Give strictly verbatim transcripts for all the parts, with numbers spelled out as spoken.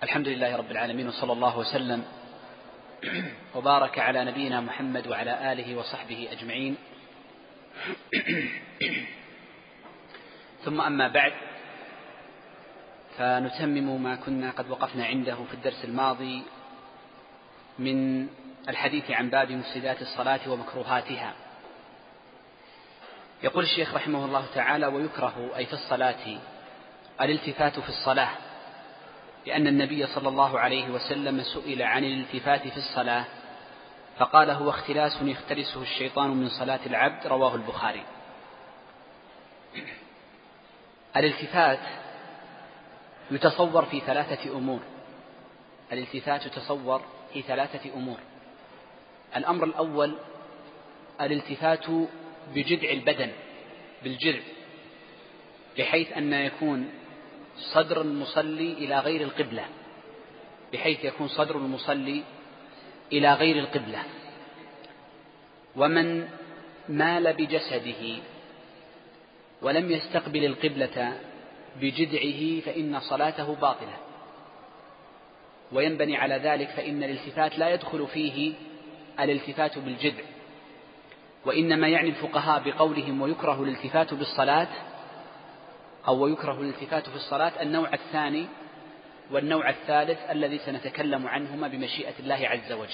الحمد لله رب العالمين، وصلى الله وسلم وبارك على نبينا محمد وعلى آله وصحبه أجمعين. ثم أما بعد، فنتمم ما كنا قد وقفنا عنده في الدرس الماضي من الحديث عن باب مفسدات الصلاة ومكروهاتها. يقول الشيخ رحمه الله تعالى: ويكره أي في الصلاة الالتفات في الصلاة، لأن النبي صلى الله عليه وسلم سئل عن الالتفات في الصلاة فقال: هو اختلاس يختلسه الشيطان من صلاة العبد، رواه البخاري. الالتفات يتصور في ثلاثة أمور الالتفات يتصور في ثلاثة أمور. الأمر الأول الالتفات بجذع البدن، بالجذع، بحيث أن يكون صدر المصلي إلى غير القبلة بحيث يكون صدر المصلي إلى غير القبلة ومن مال بجسده ولم يستقبل القبلة بجذعه فإن صلاته باطلة، وينبني على ذلك فإن الالتفات لا يدخل فيه الالتفات بالجذع، وإنما يعني الفقهاء بقولهم ويكره الالتفات بالصلاة أو ويكره الالتفات في الصلاة النوع الثاني والنوع الثالث الذي سنتكلم عنهما بمشيئة الله عز وجل.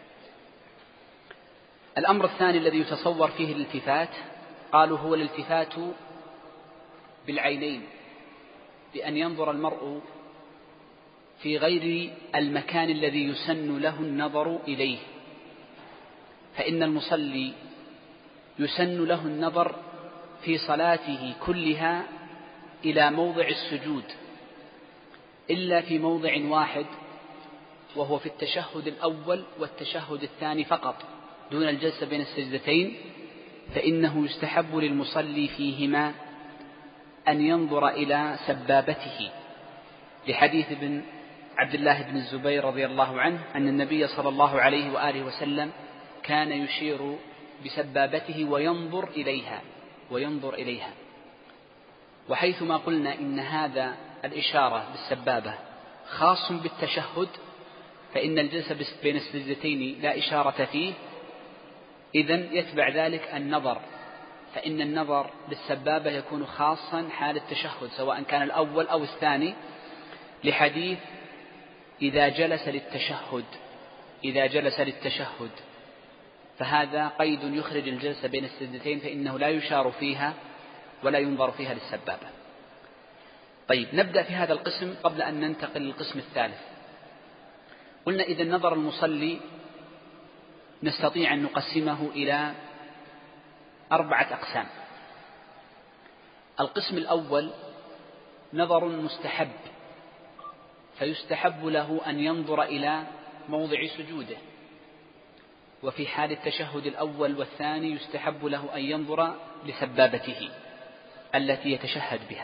الأمر الثاني الذي يتصور فيه الالتفات قالوا هو الالتفات بالعينين، بأن ينظر المرء في غير المكان الذي يسن له النظر إليه، فإن المصلي يسن له النظر في صلاته كلها إلى موضع السجود إلا في موضع واحد، وهو في التشهد الأول والتشهد الثاني فقط دون الجلسة بين السجدتين، فإنه يستحب للمصلي فيهما أن ينظر إلى سبابته، لحديث ابن عبد الله بن الزبير رضي الله عنه أن النبي صلى الله عليه وآله وسلم كان يشير بسبابته وينظر إليها وينظر إليها وحيثما قلنا إن هذا الإشارة بالسبابة خاص بالتشهد، فإن الجلسة بين السجدتين لا إشارة فيه، إذن يتبع ذلك النظر، فإن النظر بالسبابة يكون خاصا حال التشهد سواء كان الأول أو الثاني، لحديث إذا جلس للتشهد إذا جلس للتشهد فهذا قيد يخرج الجلسة بين السجدتين، فإنه لا يشار فيها ولا ينظر فيها للسبابة. طيب، نبدأ في هذا القسم قبل أن ننتقل للقسم الثالث. قلنا إذا نظر المصلي نستطيع أن نقسمه إلى أربعة أقسام. القسم الأول نظر مستحب، فيستحب له أن ينظر إلى موضع سجوده، وفي حال التشهد الأول والثاني يستحب له أن ينظر لسبابته التي يتشهد بها.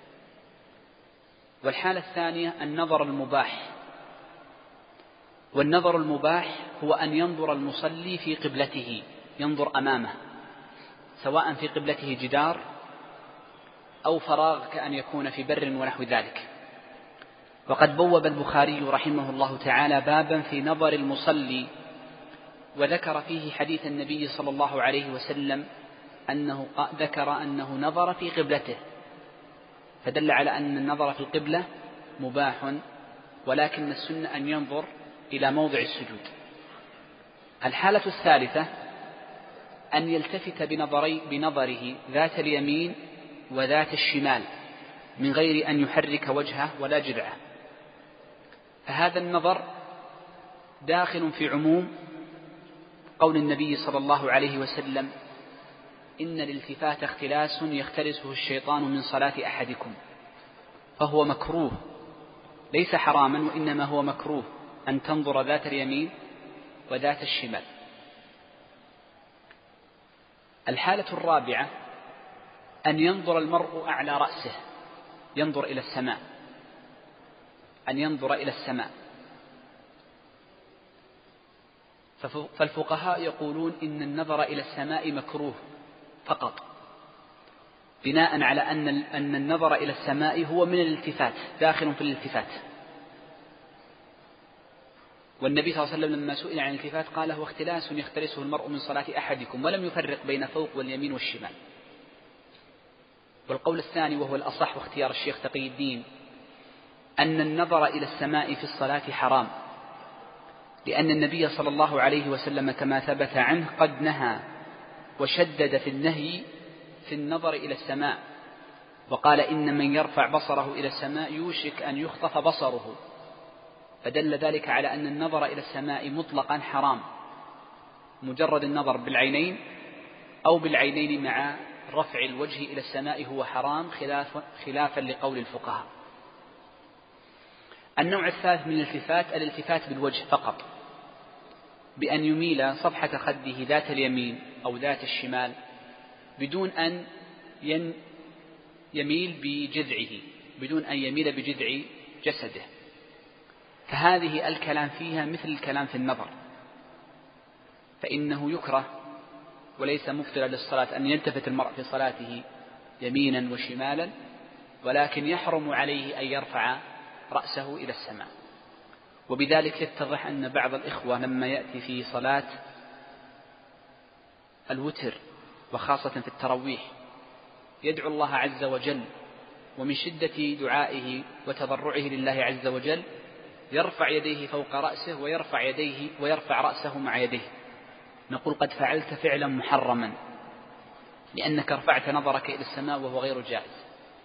والحالة الثانية النظر المباح، والنظر المباح هو أن ينظر المصلي في قبلته، ينظر أمامه سواء في قبلته جدار أو فراغ كأن يكون في بر ونحو ذلك. وقد بوب البخاري رحمه الله تعالى بابا في نظر المصلي، وذكر فيه حديث النبي صلى الله عليه وسلم أنه ذكر أنه نظر في قبلته، فدل على أن النظر في القبلة مباح، ولكن السنة أن ينظر إلى موضع السجود. الحالة الثالثة أن يلتفت بنظري بنظره ذات اليمين وذات الشمال من غير أن يحرك وجهه ولا جذعه، فهذا النظر داخل في عموم قول النبي صلى الله عليه وسلم: إن الالتفات اختلاس يختلسه الشيطان من صلاة أحدكم، فهو مكروه ليس حراما، وإنما هو مكروه أن تنظر ذات اليمين وذات الشمال. الحالة الرابعة أن ينظر المرء أعلى رأسه، ينظر إلى السماء أن ينظر إلى السماء فالفقهاء يقولون إن النظر إلى السماء مكروه فقط، بناء على أن أن النظر إلى السماء هو من الالتفات، داخل في الالتفات. والنبي صلى الله عليه وسلم لما سئل عن الالتفات قال هو اختلاس يختلسه المرء من صلاة أحدكم، ولم يفرق بين فوق واليمين والشمال. والقول الثاني وهو الأصح واختيار الشيخ تقي الدين أن النظر إلى السماء في الصلاة حرام، لأن النبي صلى الله عليه وسلم كما ثبت عنه قد نهى وشدد في النهي في النظر إلى السماء، وقال إن من يرفع بصره إلى السماء يوشك أن يخطف بصره، فدل ذلك على أن النظر إلى السماء مطلقا حرام، مجرد النظر بالعينين أو بالعينين مع رفع الوجه إلى السماء هو حرام خلاف خلافا لقول الفقهاء. النوع الثالث من الالتفات الالتفات بالوجه فقط، بأن يميل صفحة خده ذات اليمين أو ذات الشمال بدون أن يميل بجذعه، بدون أن يميل بجذع جسده، فهذه الكلام فيها مثل الكلام في النظر، فإنه يكره وليس مبطلا للصلاة أن يلتفت المرء في صلاته يمينا وشمالا، ولكن يحرم عليه أن يرفع رأسه إلى السماء. وبذلك يتضح أن بعض الإخوة لما يأتي في صلاة الوتر وخاصة في التراويح يدعو الله عز وجل، ومن شدة دعائه وتضرعه لله عز وجل يرفع يديه فوق رأسه ويرفع يديه ويرفع رأسه مع يديه، نقول قد فعلت فعلا محرما، لأنك رفعت نظرك إلى السماء وهو غير جائز.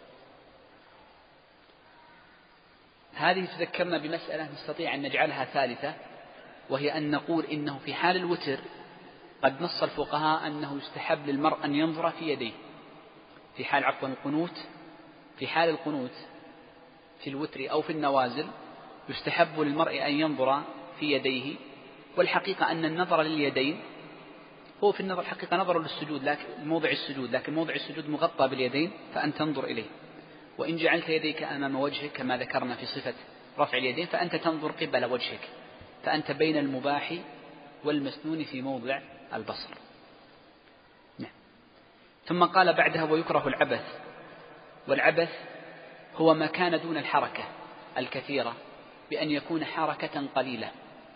هذه تذكرنا بمسألة نستطيع أن نجعلها ثالثة، وهي أن نقول إنه في حال الوتر قد نص الفقهاء أنه يستحب للمرء أن ينظر في يديه في حال عفوا القنوت، في حال القنوت في الوتر أو في النوازل يستحب للمرء أن ينظر في يديه. والحقيقة أن النظر لليدين هو في النظر حقيقة نظر للسجود، لكن موضع السجود لكن موضع السجود مغطى باليدين فأنت تنظر إليه، وإن جعلت يديك أمام وجهك كما ذكرنا في صفة رفع اليدين فأنت تنظر قبل وجهك، فأنت بين المباح والمسنون في موضع البصر. نعم. ثم قال بعدها ويكره العبث، والعبث هو ما كان دون الحركة الكثيرة بأن يكون حركة قليلة،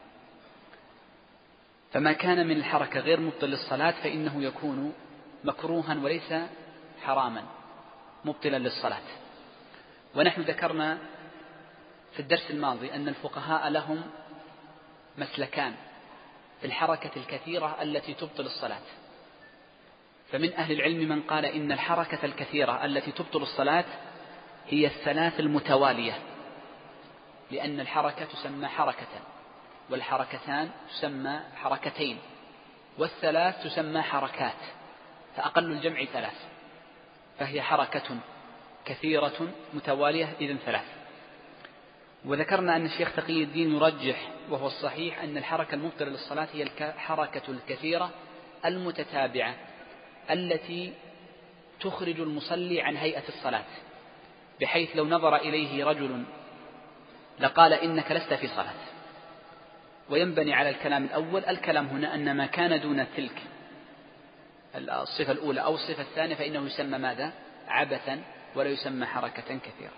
فما كان من الحركة غير مبطل للصلاة فإنه يكون مكروها وليس حراما مبطلا للصلاة. ونحن ذكرنا في الدرس الماضي أن الفقهاء لهم مسلكان في الحركة الكثيرة التي تبطل الصلاة، فمن أهل العلم من قال إن الحركة الكثيرة التي تبطل الصلاة هي الثلاث المتوالية، لأن الحركة تسمى حركة، والحركتان تسمى حركتين، والثلاث تسمى حركات، فأقل الجمع ثلاث، فهي حركة كثيرة متوالية إذن ثلاث. وذكرنا أن الشيخ تقي الدين يرجح وهو الصحيح أن الحركة المبطلة للصلاة هي الحركة الكثيرة المتتابعة التي تخرج المصلي عن هيئة الصلاة، بحيث لو نظر إليه رجل لقال إنك لست في صلاة. وينبني على الكلام الأول، الكلام هنا أن ما كان دون تلك الصفة الأولى أو الصفة الثانية فإنه يسمى ماذا؟ عبثا، ولا يسمى حركة كثيرة.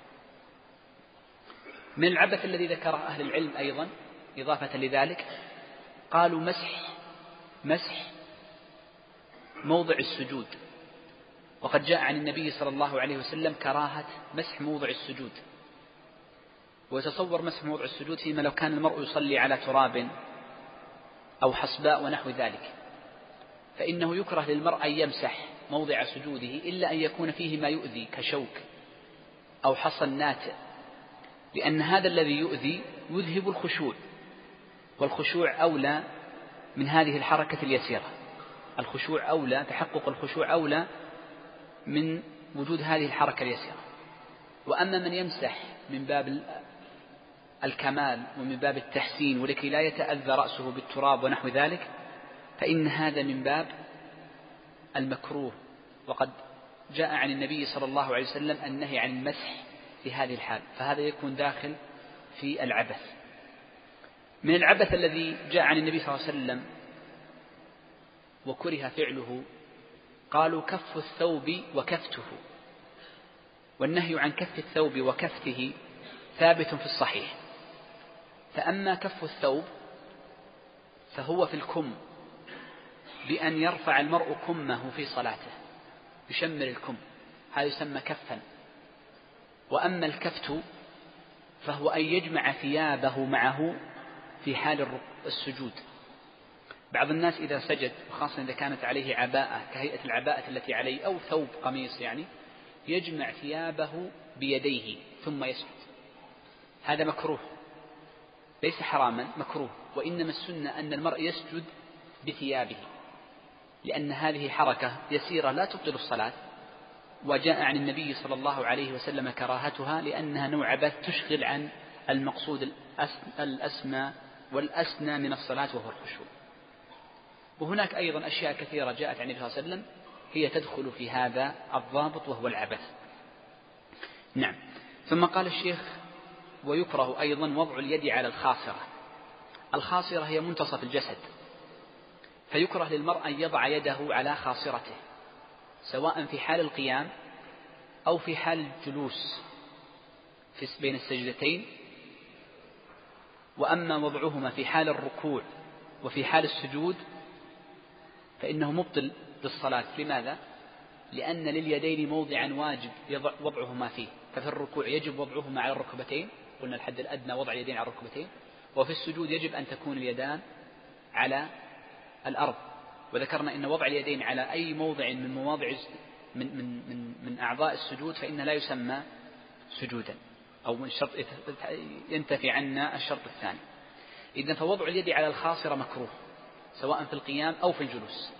من العبث الذي ذكره أهل العلم أيضا إضافة لذلك قالوا مسح مسح موضع السجود، وقد جاء عن النبي صلى الله عليه وسلم كراهة مسح موضع السجود. ويتصور مسح موضع السجود فيما لو كان المرء يصلي على تراب أو حصباء ونحو ذلك، فإنه يكره للمرء أن يمسح موضع سجوده إلا أن يكون فيه ما يؤذي كشوك أو حصى ناتئ، لأن هذا الذي يؤذي يذهب الخشوع، والخشوع أولى من هذه الحركة اليسيرة، الخشوع أولى، تحقق الخشوع أولى من وجود هذه الحركة اليسيرة. وأما من يمسح من باب الكمال ومن باب التحسين ولكي لا يتأذى رأسه بالتراب ونحو ذلك فإن هذا من باب المكروه، وقد جاء عن النبي صلى الله عليه وسلم النهي عن المسح في هذه الحال، فهذا يكون داخل في العبث. من العبث الذي جاء عن النبي صلى الله عليه وسلم وكره فعله قالوا كف الثوب وكفته، والنهي عن كف الثوب وكفته ثابت في الصحيح. فأما كف الثوب فهو في الكم بأن يرفع المرء كمه في صلاته، يشمل الكم، هذا يسمى كفا. وأما الكفت فهو أن يجمع ثيابه معه في حال السجود. بعض الناس إذا سجد، وخاصة إذا كانت عليه عباءة كهيئة العباءة التي عليه أو ثوب قميص يعني، يجمع ثيابه بيديه ثم يسجد. هذا مكروه، ليس حراما، مكروه. وإنما السنة أن المرء يسجد بثيابه، لأن هذه حركة يسيرة لا تبطل الصلاة، وجاء عن النبي صلى الله عليه وسلم كراهتها لأنها نوع عبث تشغل عن المقصود الأسمى والأسنى من الصلاة وهو الخشوع. وهناك أيضا أشياء كثيرة جاءت عن النبي صلى الله عليه وسلم هي تدخل في هذا الضابط وهو العبث. نعم. ثم قال الشيخ: ويكره أيضا وضع اليد على الخاصرة. الخاصرة هي منتصف الجسد، فيكره للمرء أن يضع يده على خاصرته سواء في حال القيام أو في حال الجلوس في بين السجدتين. وأما وضعهما في حال الركوع وفي حال السجود فإنه مبطل للصلاة. لماذا؟ لأن لليدين موضعا واجب يضع وضعهما فيه، ففي الركوع يجب وضعهما على الركبتين، قلنا الحد الأدنى وضع اليدين على الركبتين، وفي السجود يجب أن تكون اليدان على الأرض. وذكرنا أن وضع اليدين على أي موضع من مواضع من, من, من, من أعضاء السجود فإنه لا يسمى سجودا، أو من شرط ينتفي عنا الشرط الثاني. إذن فوضع اليد على الخاصرة مكروه سواء في القيام أو في الجلوس.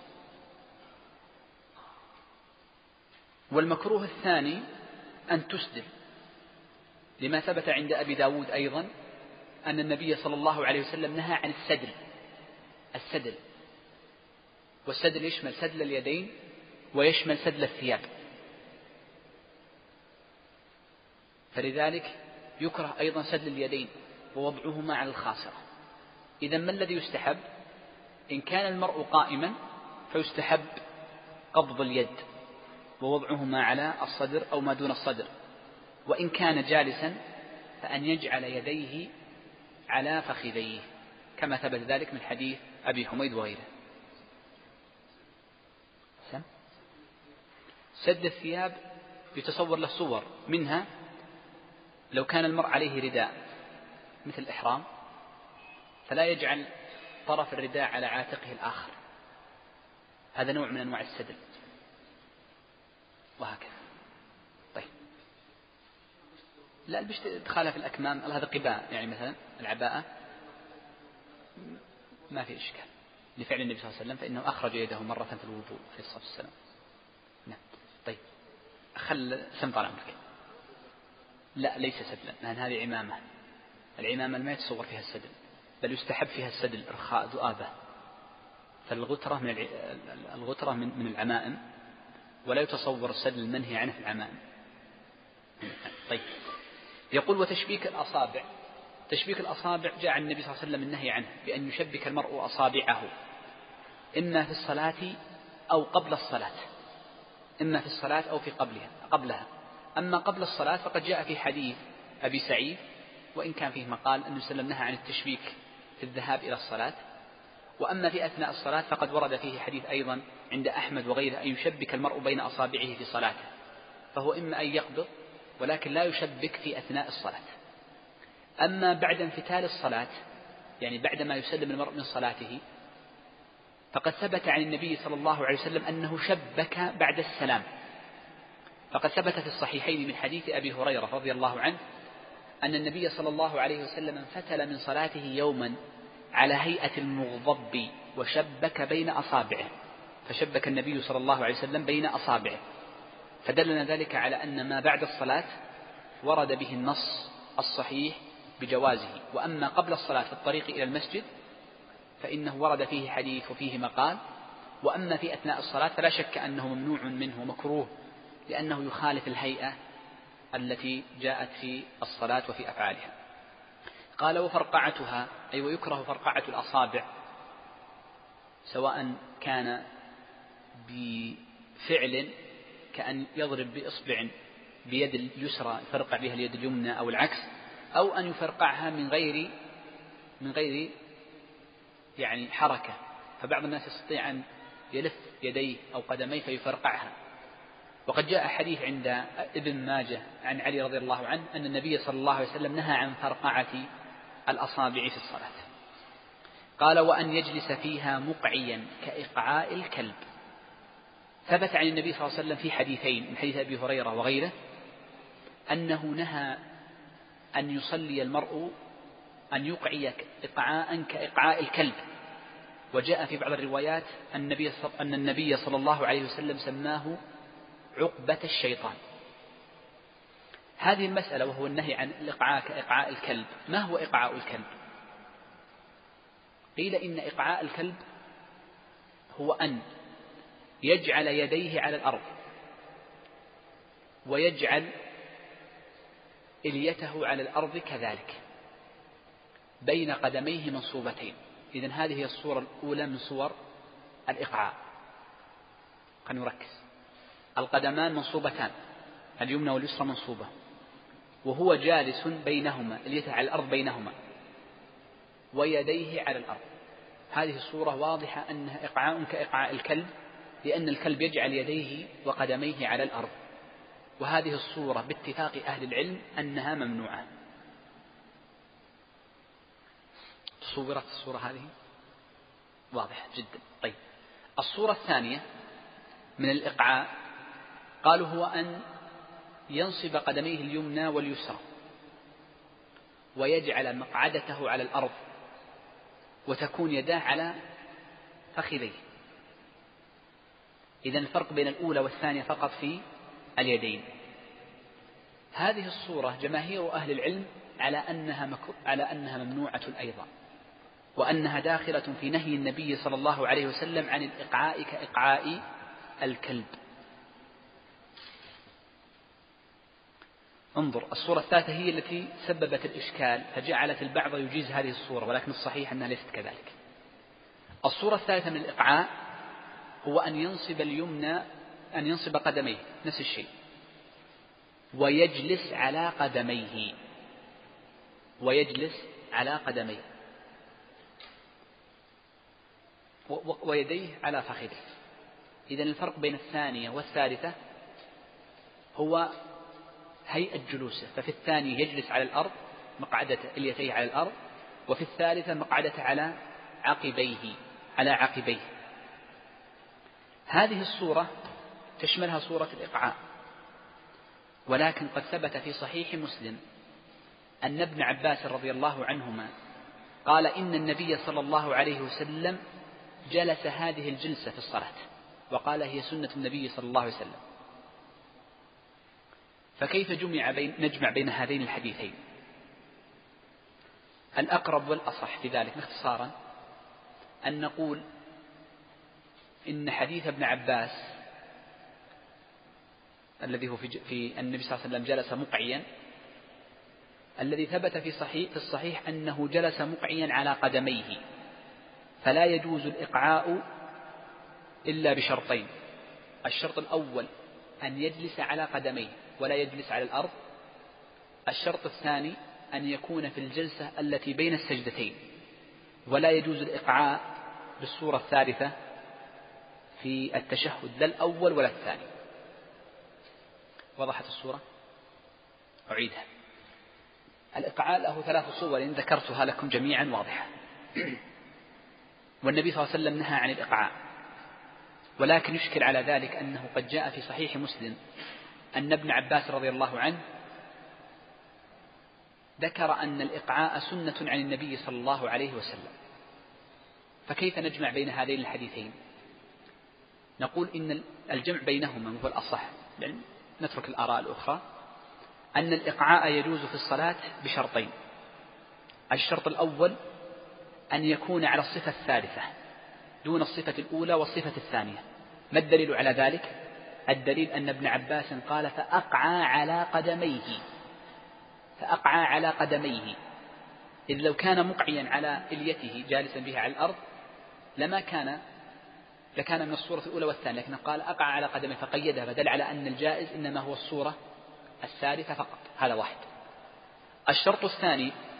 والمكروه الثاني أن تسدل، لما ثبت عند أبي داود أيضا أن النبي صلى الله عليه وسلم نهى عن السدل. السدل والسدل يشمل سدل اليدين ويشمل سدل الثياب، فلذلك يكره أيضا سدل اليدين ووضعهما على الخاصرة. إذن ما الذي يستحب؟ إن كان المرء قائما فيستحب قبض اليد ووضعهما على الصدر أو ما دون الصدر، وإن كان جالسا فأن يجعل يديه على فخذيه كما ثبت ذلك من حديث أبي حميد وغيره. سد الثياب يتصور له صور، منها لو كان المرء عليه رداء مثل الإحرام فلا يجعل طرف الرداء على عاتقه الآخر، هذا نوع من أنواع السدل، وهكذا. طيب لا البشت ادخالها في الأكمام هذا قباء، يعني مثلا العباءة ما في إشكال لفعل النبي صلى الله عليه وسلم، فإنه أخرج يده مرة في الوضوء في الصلاة والسلام. نعم. طيب خل سنطر عمرك. لا ليس سدلا، لأن هذه عمامة، العمامة ما يتصور فيها السدل، بل يستحب فيها السدل إرخاء ذؤابة، فالغترة من الغترة من من العمائم، ولا يتصور السدل المنهي عنه في العمائم. طيب يقول: وتشبيك الأصابع. تشبيك الأصابع جاء عن النبي صلى الله عليه وسلم النهي عنه، بأن يشبك المرء أصابعه إما في الصلاة أو قبل الصلاة، إما في الصلاة أو في قبلها قبلها. أما قبل الصلاة فقد جاء في حديث أبي سعيد، وإن كان فيه مقال، أن النبي نهى عن التشبيك في الذهاب إلى الصلاة. وأما في أثناء الصلاة فقد ورد فيه حديث أيضا عند أحمد وغيره أن يشبك المرء بين أصابعه في صلاته، فهو إما أن يقبض ولكن لا يشبك في أثناء الصلاة. أما بعد انفتال الصلاة، يعني بعدما يسلم المرء من صلاته، فقد ثبت عن النبي صلى الله عليه وسلم أنه شبك بعد السلام. فقد ثبت في الصحيحين من حديث أبي هريرة رضي الله عنه أن النبي صلى الله عليه وسلم انفتل من صلاته يوما على هيئة المغضب وشبك بين أصابعه، فشبك النبي صلى الله عليه وسلم بين أصابعه، فدلنا ذلك على أن ما بعد الصلاة ورد به النص الصحيح بجوازه. وأما قبل الصلاة في الطريق إلى المسجد فإنه ورد فيه حديث وفيه مقال. وأما في أثناء الصلاة فلا شك أنه ممنوع منه مكروه، لأنه يخالف الهيئة التي جاءت في الصلاة وفي أفعالها. قال: وفرقعتها، أي ويكره فرقعة الأصابع، سواء كان بفعل كأن يضرب بإصبع بيد اليسرى يفرقع بها اليد اليمنى أو العكس، أو أن يفرقعها من غير من غير يعني حركة، فبعض الناس يستطيع أن يلف يديه أو قدميه فيفرقعها. وقد جاء حديث عند ابن ماجه عن علي رضي الله عنه أن النبي صلى الله عليه وسلم نهى عن فرقعة الأصابع في الصلاة. قال: وأن يجلس فيها مقعيا كإقعاء الكلب. ثبت عن النبي صلى الله عليه وسلم في حديثين من حديث أبي هريرة وغيره أنه نهى أن يصلي المرء أن يقعي إقعاء كإقعاء الكلب. وجاء في بعض الروايات أن النبي صلى الله عليه وسلم سماه عقبة الشيطان. هذه المسألة وهو النهي عن الإقعاء كإقعاء الكلب، ما هو إقعاء الكلب؟ قيل إن إقعاء الكلب هو أن يجعل يديه على الأرض ويجعل إليته على الأرض كذلك بين قدميه منصوبتين. إذن هذه هي الصورة الأولى من صور الإقعاء. خلينا نركز. القدمان منصوبتان، اليمنى واليسرى منصوبة، وهو جالس بينهما، اليته على الأرض بينهما ويديه على الأرض. هذه الصورة واضحة أنها إقعاء كإقعاء الكلب، لأن الكلب يجعل يديه وقدميه على الأرض، وهذه الصورة باتفاق أهل العلم أنها ممنوعة. تصورت الصورة هذه واضحة جدا. طيب، الصورة الثانية من الإقعاء قالوا هو أن ينصب قدميه اليمنى واليسرى ويجعل مقعدته على الأرض وتكون يداه على فخذيه. إذن الفرق بين الأولى والثانية فقط في اليدين. هذه الصورة جماهير أهل العلم على أنها, مكر... على أنها ممنوعة أيضا، وأنها داخلة في نهي النبي صلى الله عليه وسلم عن الإقعاء كإقعاء الكلب. انظر، الصورة الثالثة هي التي سببت الإشكال فجعلت البعض يجيز هذه الصورة، ولكن الصحيح أنها ليست كذلك. الصورة الثالثة من الإقعاء هو أن ينصب اليمنى أن ينصب قدميه نفس الشيء ويجلس على قدميه ويجلس على قدميه ويديه على فخذه. إذن الفرق بين الثانية والثالثة هو هيئة جلوسه، ففي الثاني يجلس على الأرض مقعدة اليتيه على الأرض، وفي الثالثة مقعدة على عقبيه على عقبيه. هذه الصورة تشملها صورة الإقعاء، ولكن قد ثبت في صحيح مسلم أن ابن عباس رضي الله عنهما قال إن النبي صلى الله عليه وسلم جلس هذه الجلسة في الصلاة، وقال هي سنة النبي صلى الله عليه وسلم. فكيف جمع بين نجمع بين هذين الحديثين؟ الأقرب والأصح في ذلك اختصارا أن نقول إن حديث ابن عباس الذي هو في النبي صلى الله عليه وسلم جلس مقعيا، الذي ثبت في صحيح في الصحيح أنه جلس مقعيا على قدميه، فلا يجوز الإقعاء إلا بشرطين. الشرط الأول أن يجلس على قدميه ولا يجلس على الأرض. الشرط الثاني أن يكون في الجلسة التي بين السجدتين، ولا يجوز الإقعاء بالصورة الثالثة في التشهد، لا الأول ولا الثاني. وضحت الصورة؟ أعيدها. الإقعاء له ثلاث صور ذكرتها لكم جميعا واضحة. والنبي صلى الله عليه وسلم نهى عن الإقعاء، ولكن يشكل على ذلك أنه قد جاء في صحيح مسلم أن ابن عباس رضي الله عنه ذكر أن الإقعاء سنة عن النبي صلى الله عليه وسلم. فكيف نجمع بين هذين الحديثين؟ نقول إن الجمع بينهما هو الأصح، يعني نترك الآراء الأخرى، أن الإقعاء يجوز في الصلاة بشرطين. الشرط الأول أن يكون على الصفة الثالثة دون الصفة الأولى والصفة الثانية. ما الدليل على ذلك؟ الدليل أن ابن عباس قال فأقعى على قدميه فأقعى على قدميه إذ لو كان مقعيا على إليته جالسا بها على الأرض لما كان لكان من الصورة الأولى والثانية، لكن قال أقعى على قدميه فقيدها، فدل على أن الجائز إنما هو الصورة الثالثة فقط. هذا واحد. الشرط الثاني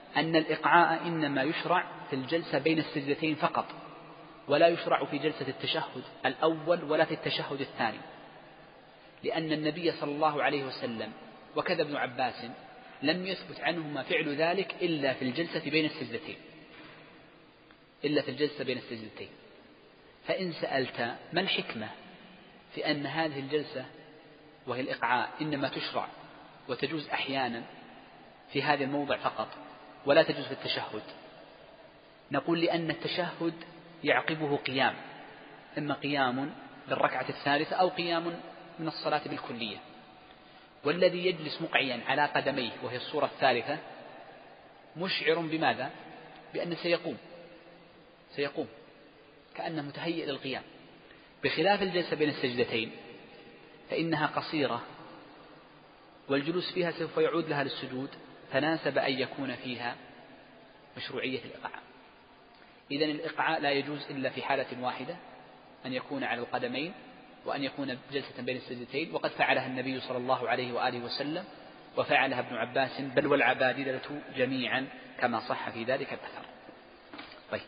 أن الإقعاء إنما يشرع في الجلسة بين السجدتين فقط، ولا يشرع في جلسة التشهد الأول ولا في التشهد الثاني، لأن النبي صلى الله عليه وسلم وكذا ابن عباس لم يثبت عنهما فعل ذلك إلا في الجلسة بين السجدتين إلا في الجلسة بين السجدتين. فإن سألت ما الحكمة في أن هذه الجلسة وهي الإقعاء إنما تشرع وتجوز أحيانا في هذا الموضع فقط ولا تجوز في التشهد، نقول لأن التشهد يعقبه قيام، إما قيام للركعة الثالثة أو قيام من الصلاة بالكلية، والذي يجلس مقعيا على قدميه وهي الصورة الثالثة مشعر بماذا؟ بأنه سيقوم سيقوم كأنه متهيئ للقيام، بخلاف الجلسة بين السجدتين فإنها قصيرة والجلوس فيها سوف يعود لها للسجود، فناسب أن يكون فيها مشروعية الإقعاء. إذن الإقعاء لا يجوز إلا في حالة واحدة، أن يكون على القدمين وأن يكون جلسة بين السجدتين، وقد فعلها النبي صلى الله عليه وآله وسلم وفعلها ابن عباس بل والعبادلة جميعا كما صح في ذلك الأثر. طيب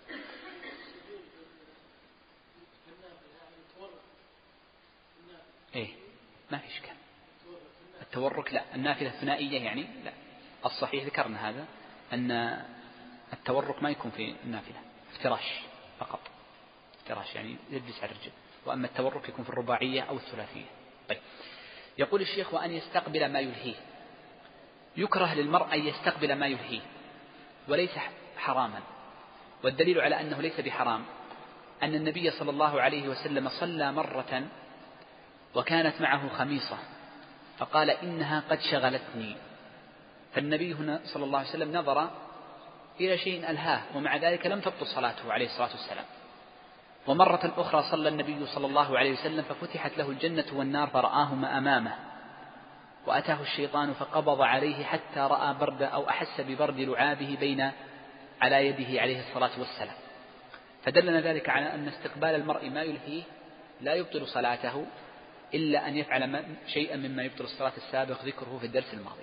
إيه ما في إشكال. التورك لا، النافلة الثنائية يعني لا، الصحيح ذكرنا هذا أن التورك ما يكون في النافلة، افتراش فقط، افتراش يعني يجلس على الرجل، وأما التورك يكون في الرباعية أو الثلاثية. طيب يقول الشيخ وأن يستقبل ما يلهيه، يكره للمرء أن يستقبل ما يلهيه وليس حراما، والدليل على أنه ليس بحرام أن النبي صلى الله عليه وسلم صلى مرة وكانت معه خميصة فقال إنها قد شغلتني، فالنبي هنا صلى الله عليه وسلم نظر إلى شيء ألهاه ومع ذلك لم تبطل صلاته عليه الصلاة والسلام. ومرة أخرى صلى النبي صلى الله عليه وسلم ففتحت له الجنة والنار فرآهما أمامه، وأتاه الشيطان فقبض عليه حتى رأى برد أو أحس ببرد لعابه بين على يده عليه الصلاة والسلام. فدلنا ذلك على أن استقبال المرء ما يلهيه لا يبطل صلاته إلا أن يفعل شيئا مما يبطل الصلاة السابق ذكره في الدرس الماضي.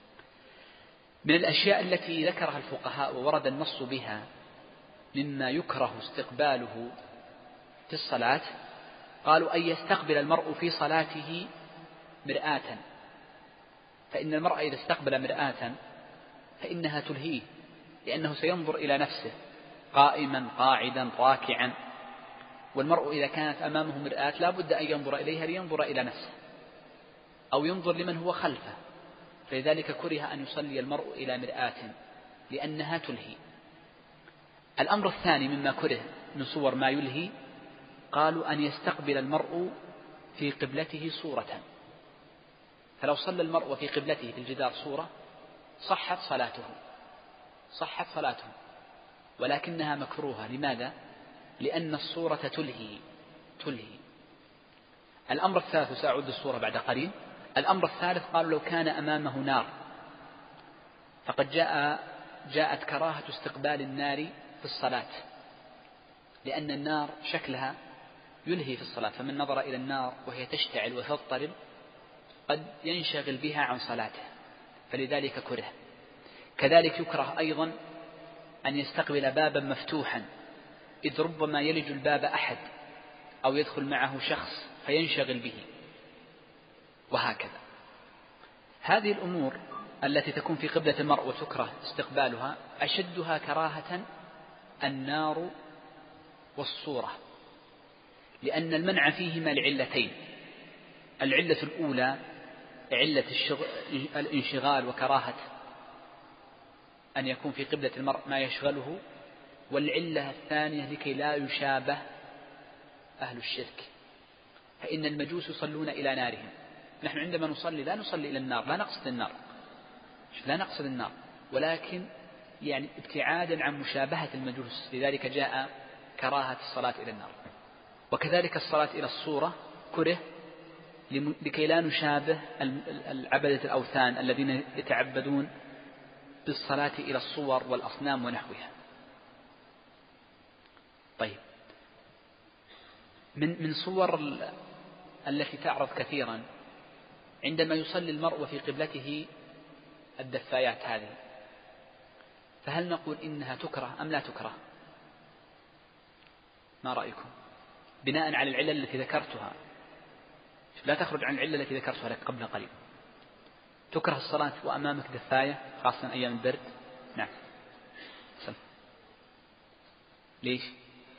من الأشياء التي ذكرها الفقهاء وورد النص بها مما يكره استقباله في الصلاة، قالوا أن يستقبل المرء في صلاته مرآة، فإن المرء إذا استقبل مرآة فإنها تلهيه، لأنه سينظر إلى نفسه قائما قاعدا راكعا، والمرء إذا كانت أمامه مرآة لا بد أن ينظر إليها لينظر إلى نفسه أو ينظر لمن هو خلفه، فلذلك كره أن يصلي المرء إلى مرآة لأنها تلهي. الأمر الثاني مما كره من صور ما يلهي، قالوا أن يستقبل المرء في قبلته صورة، فلو صلى المرء في قبلته في الجدار صورة صحت صلاته صحت صلاته ولكنها مكروهة. لماذا؟ لأن الصورة تلهي تلهي. الأمر الثالث، سأعود الصورة بعد قليل. الأمر الثالث قالوا لو كان أمامه نار، فقد جاء جاءت كراهة استقبال النار في الصلاة، لأن النار شكلها يلهي في الصلاة، فمن نظر إلى النار وهي تشتعل وتضطرب قد ينشغل بها عن صلاته، فلذلك كره. كذلك يكره أيضا أن يستقبل بابا مفتوحا، إذ ربما يلج الباب أحد أو يدخل معه شخص فينشغل به، وهكذا. هذه الأمور التي تكون في قبلة المرء وتكره استقبالها أشدها كراهة النار والصورة، لأن المنع فيهما لعلتين. العلة الأولى علة الانشغال وكراهة أن يكون في قبلة المرء ما يشغله، والعلة الثانية لكي لا يشابه أهل الشرك، فإن المجوس يصلون إلى نارهم، نحن عندما نصلي لا نصلي إلى النار، لا نقصد النار لا نقصد النار ولكن يعني ابتعادا عن مشابهة المجوس، لذلك جاء كراهة الصلاة إلى النار. وكذلك الصلاة إلى الصورة كره لكي لا نشابه العبدة الأوثان الذين يتعبدون بالصلاة إلى الصور والأصنام ونحوها. طيب، من من صور التي تعرض كثيرا عندما يصلي المرء في قبلته الدفايات هذه، فهل نقول إنها تكره أم لا تكره؟ ما رأيكم؟ بناء على العلة التي ذكرتها، لا تخرج عن العلة التي ذكرتها لك قبل قليل. تكره الصلاة وأمامك دفاية خاصة أيام البرد؟ نعم. سم. ليش؟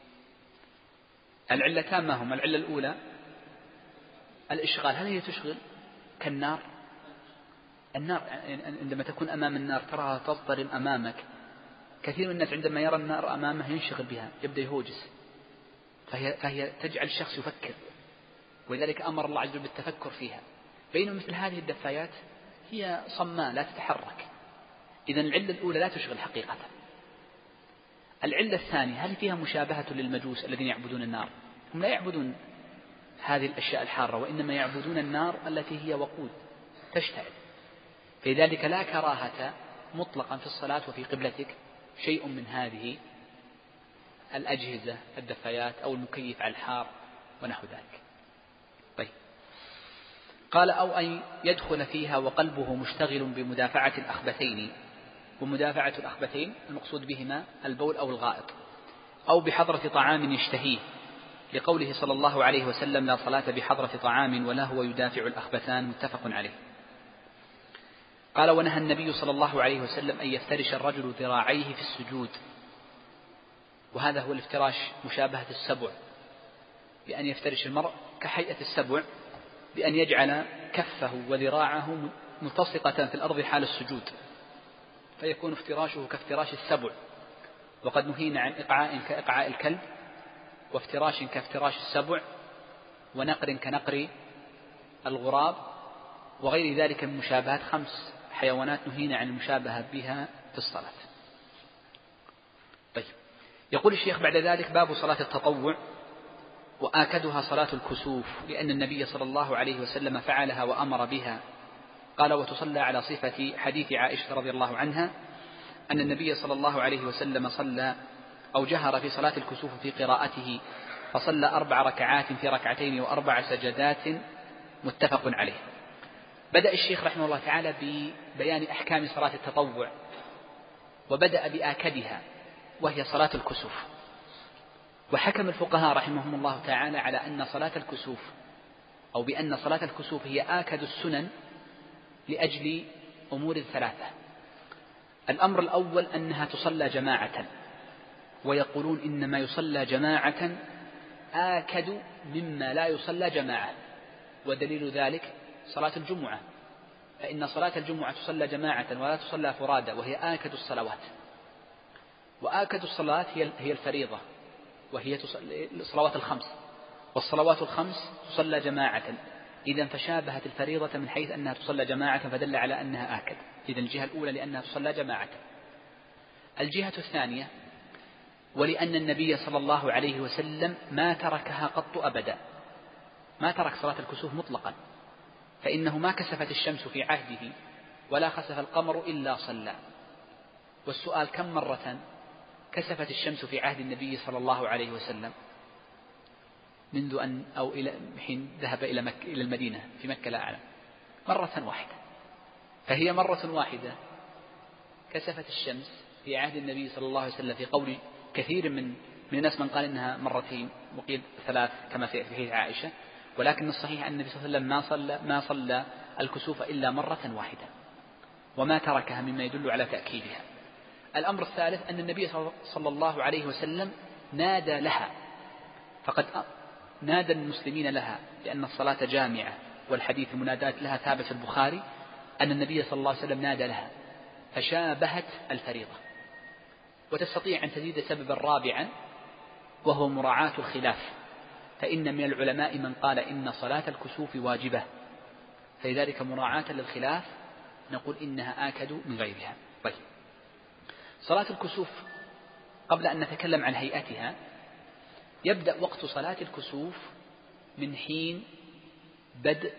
العلتان ما هما؟ العلة الأولى الإشغال، هل هي تشغل كالنار؟ النار عندما تكون أمام النار تراها تضطرم أمامك، كثير من الناس عندما يرى النار أمامه ينشغل بها، يبدأ يهوجس، فهي, فهي تجعل الشخص يفكر، ولذلك أمر الله عز وجل بالتفكر فيها. بينما مثل هذه الدفايات هي صماء لا تتحرك. إذن العلة الأولى لا تشغل حقيقة. العلة الثانية هل فيها مشابهة للمجوس الذين يعبدون النار؟ هم لا يعبدون هذه الأشياء الحارة، وإنما يعبدون النار التي هي وقود تشتعل. فلذلك لا كراهة مطلقا في الصلاة وفي قبلتك شيء من هذه الأجهزة الدفايات أو المكيف على الحار ونحو ذلك. طيب. قال أو أن يدخل فيها وقلبه مشتغل بمدافعة الأخبثين، ومدافعة الأخبثين المقصود بهما البول أو الغائط، أو بحضرة طعام يشتهيه، لقوله صلى الله عليه وسلم لا صلاة بحضرة طعام ولا هو يدافع الأخبثان، متفق عليه. قال ونهى النبي صلى الله عليه وسلم أن يفترش الرجل ذراعيه في السجود، وهذا هو الافتراش مشابهة السبع، بأن يفترش المرء كحيئة السبع، بأن يجعل كفه وذراعه ملتصقة في الأرض حال السجود، فيكون افتراشه كافتراش السبع. وقد نهينا عن إقعاء كإقعاء الكلب، وافتراش كافتراش السبع، ونقر كنقر الغراب، وغير ذلك من مشابهات خمس حيوانات نهينا عن المشابهة بها في الصلاة. طيب. يقول الشيخ بعد ذلك باب صلاة التطوع، وآكدها صلاة الكسوف، لأن النبي صلى الله عليه وسلم فعلها وأمر بها. قال وتصلى على صفة حديث عائشة رضي الله عنها أن النبي صلى الله عليه وسلم صلى أو جهر في صلاة الكسوف في قراءته، فصلى أربع ركعات في ركعتين وأربع سجدات، متفق عليه. بدأ الشيخ رحمه الله تعالى ببيان أحكام صلاة التطوع، وبدأ بآكدها وهي صلاة الكسوف. وحكم الفقهاء رحمهم الله تعالى على أن صلاة الكسوف أو بأن صلاة الكسوف هي آكد السنن لأجل أمور ثلاثة. الأمر الأول أنها تصلى جماعة، ويقولون إنما يصلى جماعة آكد مما لا يصلى جماعة، ودليل ذلك صلاة الجمعة، فإن صلاة الجمعة تصلى جماعة ولا تصلى فرادى، وهي آكد الصلوات. وآكد الصلاة هي الفريضة، وهي الصلوات الخمس، والصلوات الخمس تصلى جماعة. إذن فشابهت الفريضة من حيث أنها تصلى جماعة، فدل على أنها آكد. إذن الجهة الأولى لأنها تصلى جماعة. الجهة الثانية ولأن النبي صلى الله عليه وسلم ما تركها قط أبدا، ما ترك صلاة الكسوف مطلقا، فإنه ما كسفت الشمس في عهده ولا خسف القمر إلا صلى. والسؤال كم مرة كسفت الشمس في عهد النبي صلى الله عليه وسلم منذ أن أو إلى حين ذهب إلى مكة إلى المدينة؟ في مكة لا أعلم، مرة واحدة. فهي مرة واحدة كسفت الشمس في عهد النبي صلى الله عليه وسلم، في قول كثير من من الناس من قال إنها مرتين وقيل ثلاث كما في حديث عائشة، ولكن الصحيح أن النبي صلى الله عليه وسلم ما صلى ما صلى الكسوف إلا مرة واحدة، وما تركها، مما يدل على تأكيدها. الأمر الثالث أن النبي صلى الله عليه وسلم نادى لها، فقد نادى المسلمين لها، لأن الصلاة جامعة، والحديث المنادات لها ثابت في البخاري أن النبي صلى الله عليه وسلم نادى لها فشابهت الفريضة. وتستطيع أن تزيد سببا رابعا وهو مراعاة الخلاف، فإن من العلماء من قال إن صلاة الكسوف واجبة، فلذلك مراعاة للخلاف نقول إنها آكد من غيرها. طيب. صلاة الكسوف قبل أن نتكلم عن هيئتها، يبدأ وقت صلاة الكسوف من حين بدء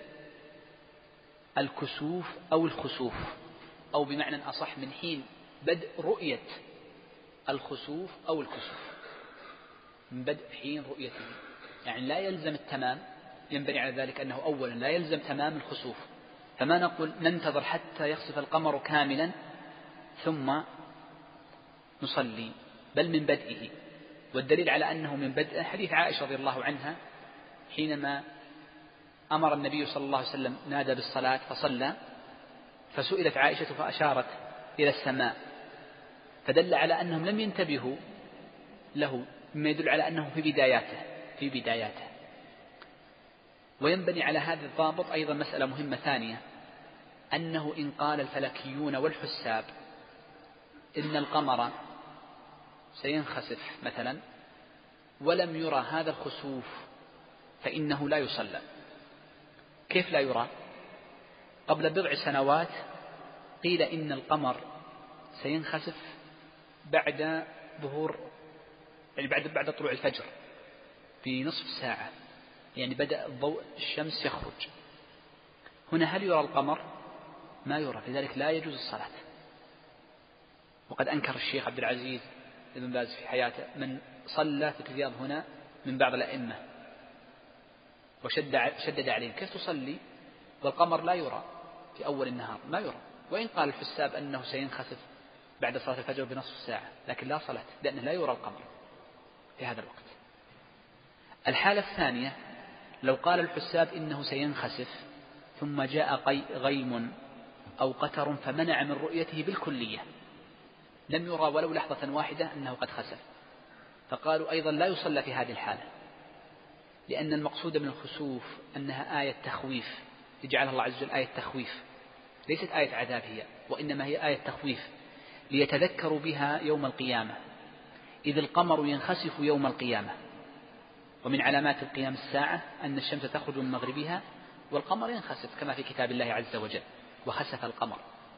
الكسوف أو الخسوف، أو بمعنى أصح من حين بدء رؤية الخسوف أو الكسوف، من بدء حين رؤيته. يعني لا يلزم التمام، ينبني على ذلك أنه أولا لا يلزم تمام الخسوف، فما نقول ننتظر حتى يخسف القمر كاملا ثم نصلي بل من بدئه. والدليل على أنه من بدء حديث عائشة رضي الله عنها حينما أمر النبي صلى الله عليه وسلم نادى بالصلاة فصلى، فسئلت عائشة فأشارت إلى السماء، فدل على أنهم لم ينتبهوا له، مما يدل على أنه في بداياته في بداياته وينبني على هذا الضابط أيضا مسألة مهمة ثانية، أنه إن قال الفلكيون والحساب إن القمر سينخسف مثلا ولم يرى هذا الخسوف فإنه لا يصلى. كيف لا يرى؟ قبل بضع سنوات قيل إن القمر سينخسف بعد ظهور، يعني بعد بعد طلوع الفجر في نصف ساعة، يعني بدأ الضوء الشمس يخرج. هنا هل يرى القمر؟ ما يرى، لذلك لا يجوز الصلاة. وقد أنكر الشيخ عبد العزيز ابن باز في حياته من صلى في الرياض هنا من بعض الأئمة وشدد عليهم: كيف تصلي والقمر لا يرى في أول النهار؟ ما يرى. وإن قال الحساب أنه سينخسف بعد صلاة الفجر بنصف ساعة، لكن لا صلاة لأنه لا يرى القمر في هذا الوقت. الحالة الثانية لو قال الحساب إنه سينخسف ثم جاء غيم أو قتر فمنع من رؤيته بالكلية، لم يرى ولو لحظة واحدة أنه قد خسف، فقالوا أيضا لا يصلى في هذه الحالة، لأن المقصود من الخسوف أنها آية تخويف، يجعلها الله عز وجل آية تخويف، ليست آية عذاب هي، وإنما هي آية تخويف ليتذكروا بها يوم القيامة، إذ القمر ينخسف يوم القيامة، ومن علامات القيام الساعة أن الشمس تخرج من مغربها والقمر ينخسف كما في كتاب الله عز وجل: وخسف القمر.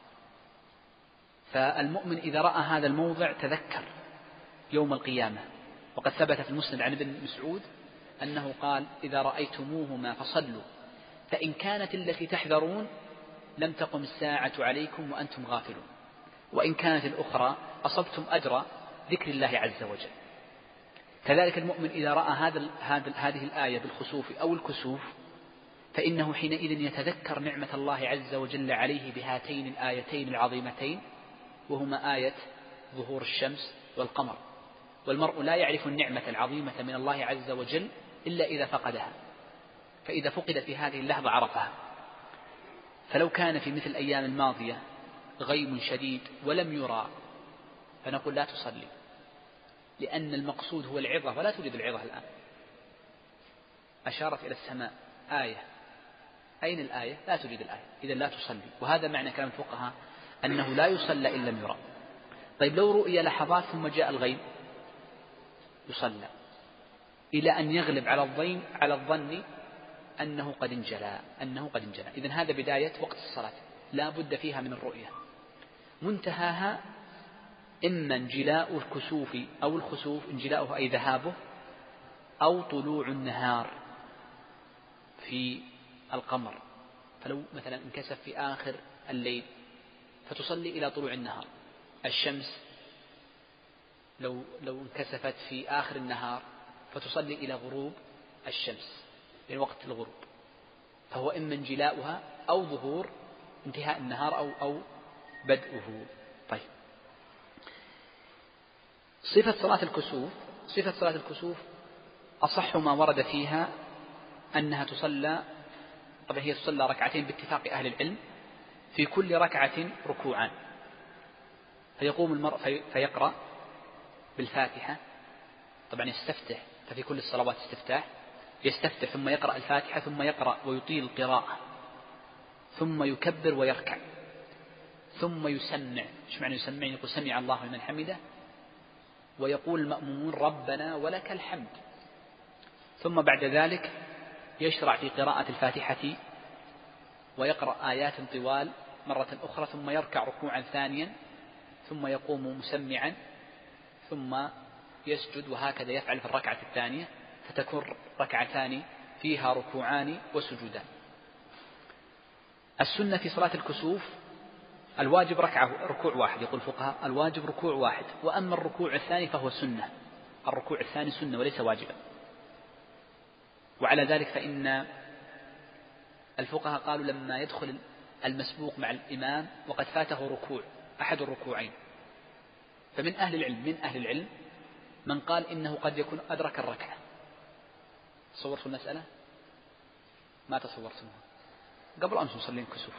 فالمؤمن إذا رأى هذا الموضع تذكر يوم القيامة. وقد ثبت في المسند عن ابن مسعود أنه قال: إذا رأيتموهما فصلوا، فإن كانت التي تحذرون لم تقم الساعة عليكم وأنتم غافلون، وإن كانت الأخرى أصبتم أجر ذكر الله عز وجل. كذلك المؤمن إذا رأى هذا هذه الآية بالخسوف أو الكسوف فإنه حينئذ يتذكر نعمة الله عز وجل عليه بهاتين الآيتين العظيمتين، وهما آية ظهور الشمس والقمر. والمرء لا يعرف النعمة العظيمة من الله عز وجل إلا إذا فقدها، فإذا فقد في هذه اللحظة عرفها. فلو كان في مثل الأيام الماضية غيم شديد ولم يرى فنقول لا تصلي، لأن المقصود هو العظة ولا توجد العظة الآن. أشارت إلى السماء آية، أين الآية؟ لا توجد الآية، إذن لا تصلي. وهذا معنى كلام الفقهاء أنه لا يصلى إن لم يرى. طيب لو رؤي لحظات ثم جاء الغيم يصلى إلى أن يغلب على الظن على الظن أنه قد انجلى أنه قد انجلى إذن هذا بداية وقت الصلاة، لا بد فيها من الرؤية. منتهاها إما انجلاء الكسوف أو الخسوف، انجلاؤه أي ذهابه، أو طلوع النهار في القمر. فلو مثلا انكسف في آخر الليل فتصلي إلى طلوع النهار. الشمس لو لو انكسفت في آخر النهار فتصلي إلى غروب الشمس من وقت الغروب، فهو إما انجلاؤها أو ظهور انتهاء النهار أو أو بدءه. طيب، صفة صلاة الكسوف صفة صلاة الكسوف أصح ما ورد فيها أنها تصلى، طبعا هي تصلى ركعتين باتفاق أهل العلم، في كل ركعة ركوعان، فيقوم المرء فيقرأ بالفاتحة، طبعا يستفتح، ففي كل الصلوات استفتاح، يستفتح ثم يقرأ الفاتحة ثم يقرأ ويطيل القراءة ثم يكبر ويركع ثم يسمع. إيش معنى يسمع؟ يقول سمع الله لمن حمده، ويقول المأمومون ربنا ولك الحمد، ثم بعد ذلك يشرع في قراءة الفاتحة ويقرأ آيات طوال مرة أخرى، ثم يركع ركوعا ثانيا، ثم يقوم مسمعا، ثم يسجد، وهكذا يفعل في الركعة الثانية، فتكون ركعتان فيها ركوعان وسجودان. السنة في صلاة الكسوف الواجب ركعة ركوع واحد، يقول الفقهاء الواجب ركوع واحد، وأما الركوع الثاني فهو سنة، الركوع الثاني سنة وليس واجبا. وعلى ذلك فإن الفقهاء قالوا لما يدخل المسبوق مع الإمام وقد فاته ركوع أحد الركوعين فمن أهل العلم من أهل العلم من قال إنه قد يكون أدرك الركعة. تصورتوا المسألة؟ ما تصورتموها؟ قبل أمس مصلين كسوف،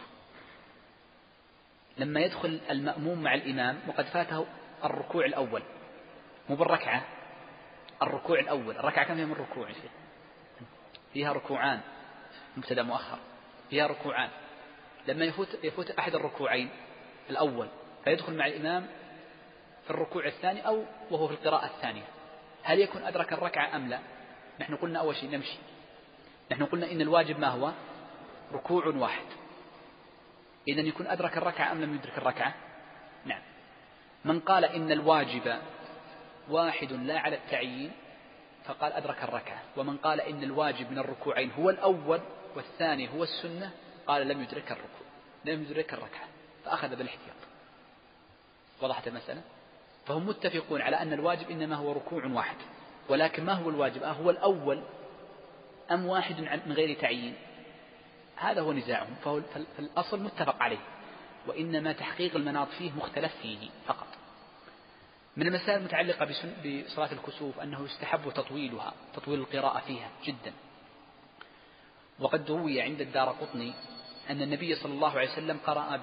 لما يدخل المأموم مع الإمام وقد فاته الركوع الأول، مو بالركعة، الركوع الأول. الركعة كم فيها من ركوع؟ فيها ركوعان، مبتدأ مؤخر، فيها ركوعان. لما يفوت يفوت أحد الركوعين الأول فيدخل مع الإمام في الركوع الثاني أو وهو في القراءة الثانية، هل يكون أدرك الركعة أم لا؟ نحن قلنا أول شيء نمشي، نحن قلنا إن الواجب ما هو؟ ركوع واحد. إذن يكون أدرك الركعة أم لم يدرك الركعة؟ نعم. من قال إن الواجب واحد لا على التعيين فقال أدرك الركعة، ومن قال إن الواجب من الركوعين هو الأول والثاني هو السنة قال لم يدرك الركوع، لم يدرك الركعة، فأخذ بالاحتياط. وضحت المسألة؟ فهم متفقون على أن الواجب إنما هو ركوع واحد، ولكن ما هو الواجب؟ أهو الأول أم واحد من غير تعيين؟ هذا هو نزاعهم. فالأصل متفق عليه، وإنما تحقيق المناط فيه مختلف فيه فقط. من المسائل المتعلقة بصلاة الكسوف أنه يستحب تطويلها، تطويل القراءة فيها جدا. وقد روي عند الدارقطني أن النبي صلى الله عليه وسلم قرأ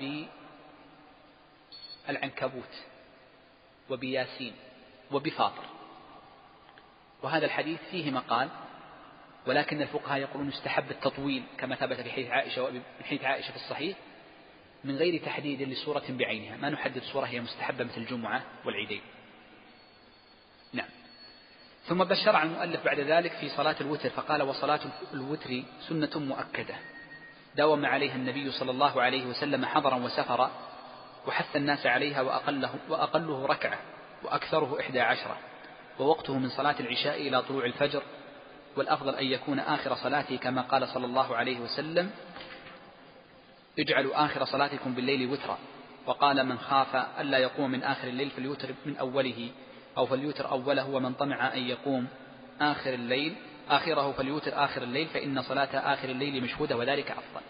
بالعنكبوت وبياسين وبفاطر، وهذا الحديث فيه مقال، ولكن الفقهاء يقولون يستحب التطويل كما ثبت في حديث عائشة من حديث عائشة في الصحيح من غير تحديد لسورة بعينها، ما نحدد سورة هي مستحبة مثل الجمعة والعيدين. نعم. ثم بشرع المؤلف بعد ذلك في صلاة الوتر فقال: وصلاة الوتر سنة مؤكدة داوم عليها النبي صلى الله عليه وسلم حضرا وسفرا، وحث الناس عليها، وأقله, وأقله ركعة وأكثره إحدى عشرة، ووقته من صلاة العشاء إلى طلوع الفجر، والأفضل أن يكون آخر صلاته كما قال صلى الله عليه وسلم: اجعلوا آخر صلاتكم بالليل وترا. وقال: من خاف ألا يقوم من آخر الليل فليوتر من أوله أو فليوتر أوله، ومن طمع أن يقوم آخر الليل آخره فليوتر آخر الليل، فإن صلاة آخر الليل مشهودة وذلك أفضل.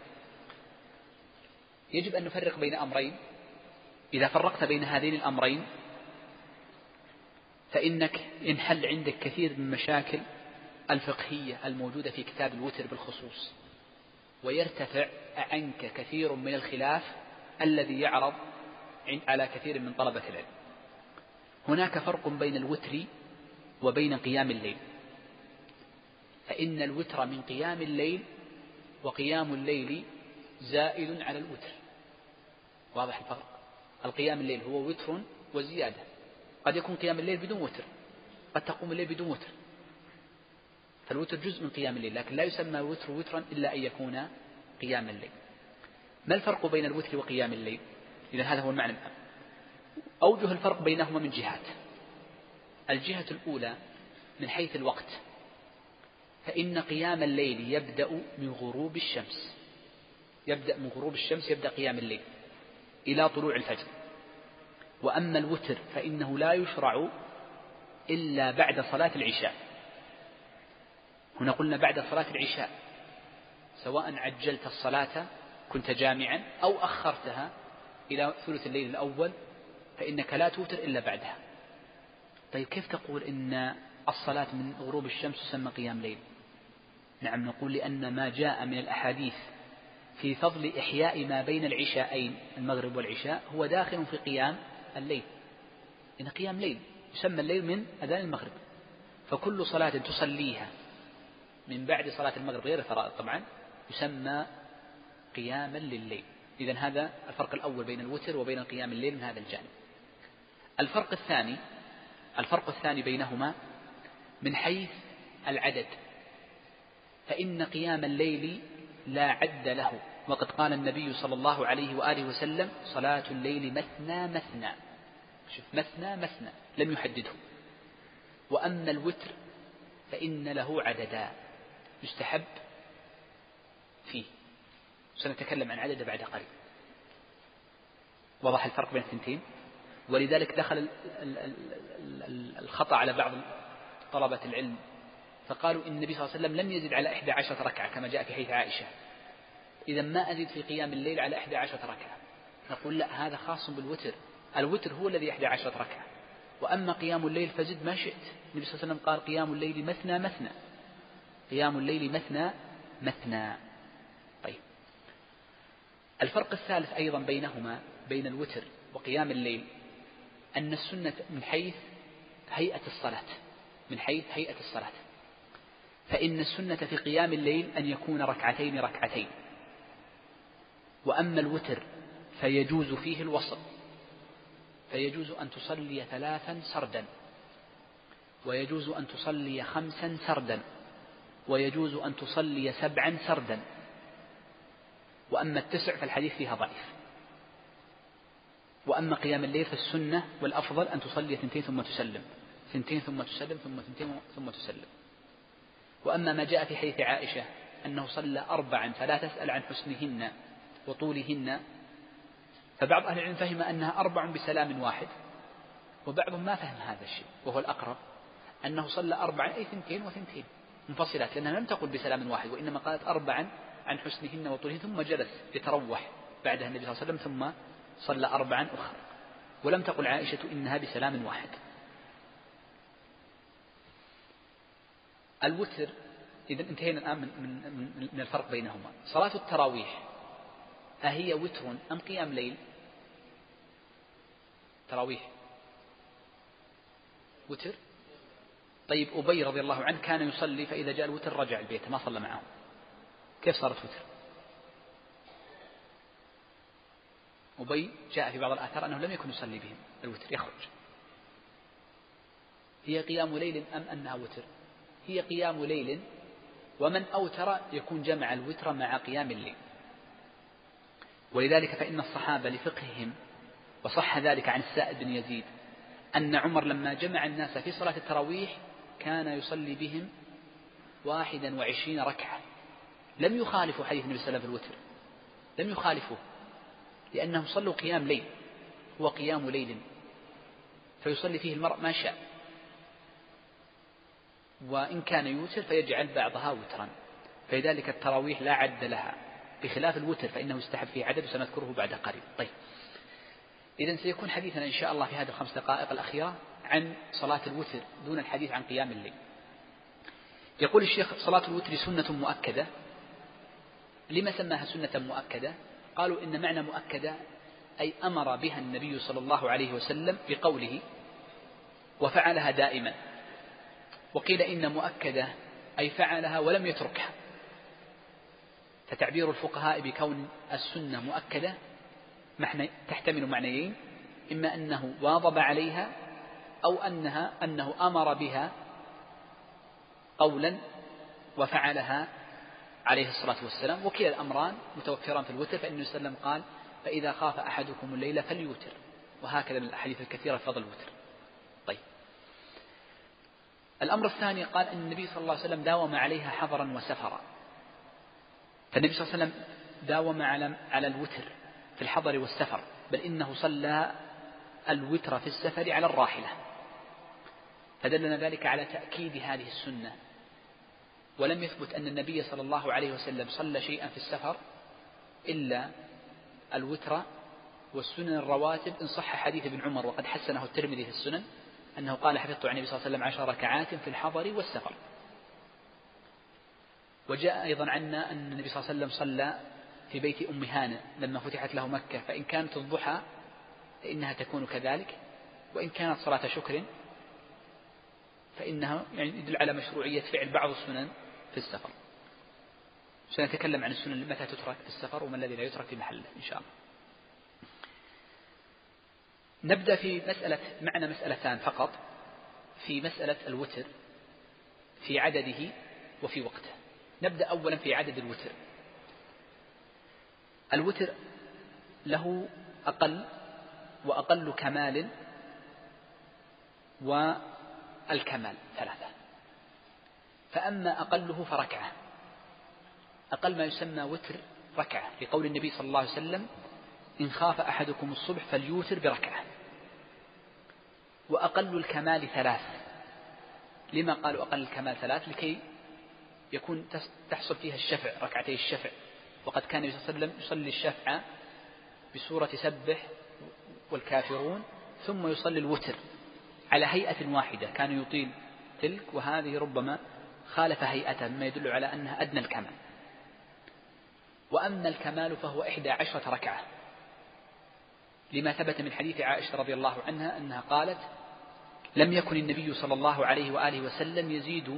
يجب أن نفرق بين أمرين. إذا فرقت بين هذين الأمرين فإنك ينحل عندك كثير من مشاكل الفقهية الموجودة في كتاب الوتر بالخصوص، ويرتفع عنك كثير من الخلاف الذي يعرض على كثير من طلبة العلم. هناك فرق بين الوتر وبين قيام الليل، فإن الوتر من قيام الليل، وقيام الليل زائد على الوتر. واضح الفرق؟ القيام الليل هو وتر وزيادة، قد يكون قيام الليل بدون وتر، قد تقوم الليل بدون وتر، فالوتر جزء من قيام الليل، لكن لا يسمى الوتر وترا إلا أن يكون قيام الليل. ما الفرق بين الوتر وقيام الليل؟ إذن هذا هو المعنى الأهم. أوجه الفرق بينهما من جهات. الجهة الأولى من حيث الوقت، فإن قيام الليل يبدأ من غروب الشمس، يبدأ من غروب الشمس يبدأ قيام الليل إلى طلوع الفجر. وأما الوتر فإنه لا يشرع إلا بعد صلاة العشاء. هنا قلنا بعد صلاة العشاء، سواء عجلت الصلاة كنت جامعا أو أخرتها إلى ثلث الليل الأول فإنك لا توتر إلا بعدها. طيب كيف تقول إن الصلاة من غروب الشمس تسمى قيام ليل؟ نعم، نقول لأن ما جاء من الأحاديث في فضل إحياء ما بين العشاءين المغرب والعشاء هو داخل في قيام الليل. إن قيام ليل يسمى الليل من أذان المغرب، فكل صلاة تصليها من بعد صلاة المغرب غير الفرائض طبعا يسمى قياما لليل. إذن هذا الفرق الأول بين الوتر وبين قيام الليل من هذا الجانب. الفرق الثاني الفرق الثاني بينهما من حيث العدد، فإن قيام الليل لا عد له، وقد قال النبي صلى الله عليه وآله وسلم: صلاة الليل مثنى مثنى. شوف، مثنى مثنى لم يحدده. وأما الوتر فإن له عددا يستحب فيه، سنتكلم عن عدد بعد قليل. وضح الفرق بين الثنتين. ولذلك دخل الخطأ على بعض طلبة العلم فقالوا إن النبي صلى الله عليه وسلم لم يزد على إحدى عشرة ركعة كما جاء في حديث عائشة، إذا ما أزيد في قيام الليل على إحدى عشرة ركعة. نقول لا، هذا خاص بالوتر، الوتر هو الذي إحدى عشرة ركعة، وأما قيام الليل فزد ما شئت. النبي صلى الله عليه وسلم قال قيام الليل مثنى مثنى، قيام الليل مثنى مثنى. طيب، الفرق الثالث أيضا بينهما بين الوتر وقيام الليل أن السنة من حيث هيئة الصلاة، من حيث هيئة الصلاة، فإن السنة في قيام الليل أن يكون ركعتين ركعتين، وأما الوتر فيجوز فيه الوسط، فيجوز أن تصلي ثلاثا سردا، ويجوز أن تصلي خمسا سردا، ويجوز أن تصلي سبعا سردا. وأما التسع فالحديث فيها ضعيف. وأما قيام الليل فالسنة والأفضل أن تصلي ثنتين ثم تسلم، ثنتين ثم تسلم، ثم ثنتين ثم تسلم. وأما ما جاء في حديث عائشة أنه صلى أربعا فلا تسأل عن حسنهن وطولهن، فبعض أهل العلم فهم أنها أربع بسلام واحد، وبعضهم ما فهم هذا الشيء، وهو الأقرب أنه صلى أربعا أي ثنتين وثنتين منفصلات، لأنها لم تقل بسلام واحد، وإنما قالت أربعا عن حسنهن وطولهن، ثم جلس يتروح بعدها النبي صلى الله عليه وسلم ثم صلى أربعا أخرى، ولم تقل عائشة إنها بسلام واحد. الوتر، إذا انتهينا الآن من, من, من الفرق بينهما. صلاة التراويح أهي وتر أم قيام ليل؟ تراويح وتر. طيب، أبي رضي الله عنه كان يصلي فإذا جاء الوتر رجع البيت ما صلى معه، كيف صارت وتر؟ أبي جاء في بعض الآثار أنه لم يكن يصلي بهم الوتر، يخرج. هي قيام ليل أم أنها وتر؟ هي قيام ليل، ومن أوتر يكون جمع الوتر مع قيام الليل. ولذلك فإن الصحابة لفقههم، وصح ذلك عن السائب بن يزيد، أن عمر لما جمع الناس في صلاة التراويح كان يصلي بهم واحدا وعشرين ركعة، لم يخالفوا حديث النبي صلى الله عليه وسلم في الوتر، لم يخالفوا، لأنهم صلوا قيام ليل، هو قيام ليل فيصلي فيه المرء ما شاء، وإن كان يوتر فيجعل بعضها وترا، فلذلك التراويح لا عد لها، بخلاف الوتر فإنه يستحب فيه عدد، وسنذكره بعد قليل. طيب، إذن سيكون حديثنا إن شاء الله في هذه الخمس دقائق الأخيرة عن صلاة الوتر دون الحديث عن قيام الليل. يقول الشيخ: صلاة الوتر سنة مؤكدة. لما سماها سنة مؤكدة؟ قالوا إن معنى مؤكدة أي أمر بها النبي صلى الله عليه وسلم بقوله وفعلها دائما، وقيل إن مؤكدة أي فعلها ولم يتركها. فتعبير الفقهاء بكون السنة مؤكدة تحتمل معنيين: إما أنه واظب عليها، أو أنها أنه أمر بها قولا وفعلها عليه الصلاة والسلام، وكلا الأمران متوفران في الوتر، فإن النبي صلى الله عليه وسلم قال: فإذا خاف أحدكم الليل فليوتر، وهكذا من الأحاديث الكثيرة في فضل الوتر. طيب، الأمر الثاني قال أن النبي صلى الله عليه وسلم داوم عليها حضرا وسفرا، فالنبي صلى الله عليه وسلم داوم على على الوتر في الحضر والسفر، بل إنه صلى الوتر في السفر على الراحلة، فدلنا ذلك على تأكيد هذه السنة. ولم يثبت أن النبي صلى الله عليه وسلم صلى شيئا في السفر إلا الوتر والسنن الرواتب، إن صح حديث ابن عمر وقد حسنه الترمذي في السنن أنه قال: حفظت عن النبي صلى الله عليه وسلم عشر ركعات في الحضر والسفر. وجاء أيضا عنا أن النبي صلى الله عليه وسلم صلى في بيت أم هانئ لما فتحت له مكة، فإن كانت الضحى فإنها تكون كذلك، وإن كانت صلاة شكر فإنها يعني يدل على مشروعية فعل بعض السنن في السفر. سنتكلم عن السنن متى تترك في السفر وما الذي لا يترك في محله إن شاء الله. نبدأ في مسألة معنا مسألتان فقط في مسألة الوتر، في عدده وفي وقته. نبدأ أولا في عدد الوتر. الوتر له أقل وأقل كمال والكمال ثلاثة، فأما أقله فركعة، أقل ما يسمى وتر ركعة، لقول النبي صلى الله عليه وسلم: إن خاف أحدكم الصبح فليوتر بركعة. وأقل الكمال ثلاث. لما قالوا أقل الكمال ثلاث؟ لكي يكون تحصل فيها الشفع، ركعتي الشفع، وقد كان النبي صلى الله عليه وسلم يصلي الشفع بسورة سبح والكافرون ثم يصلي الوتر على هيئة واحدة كان يطيل تلك، وهذه ربما خالف هيئته مما يدل على أنها أدنى الكمال. وأما الكمال فهو إحدى عشرة ركعة، لما ثبت من حديث عائشة رضي الله عنها أنها قالت: لم يكن النبي صلى الله عليه وآله وسلم يزيد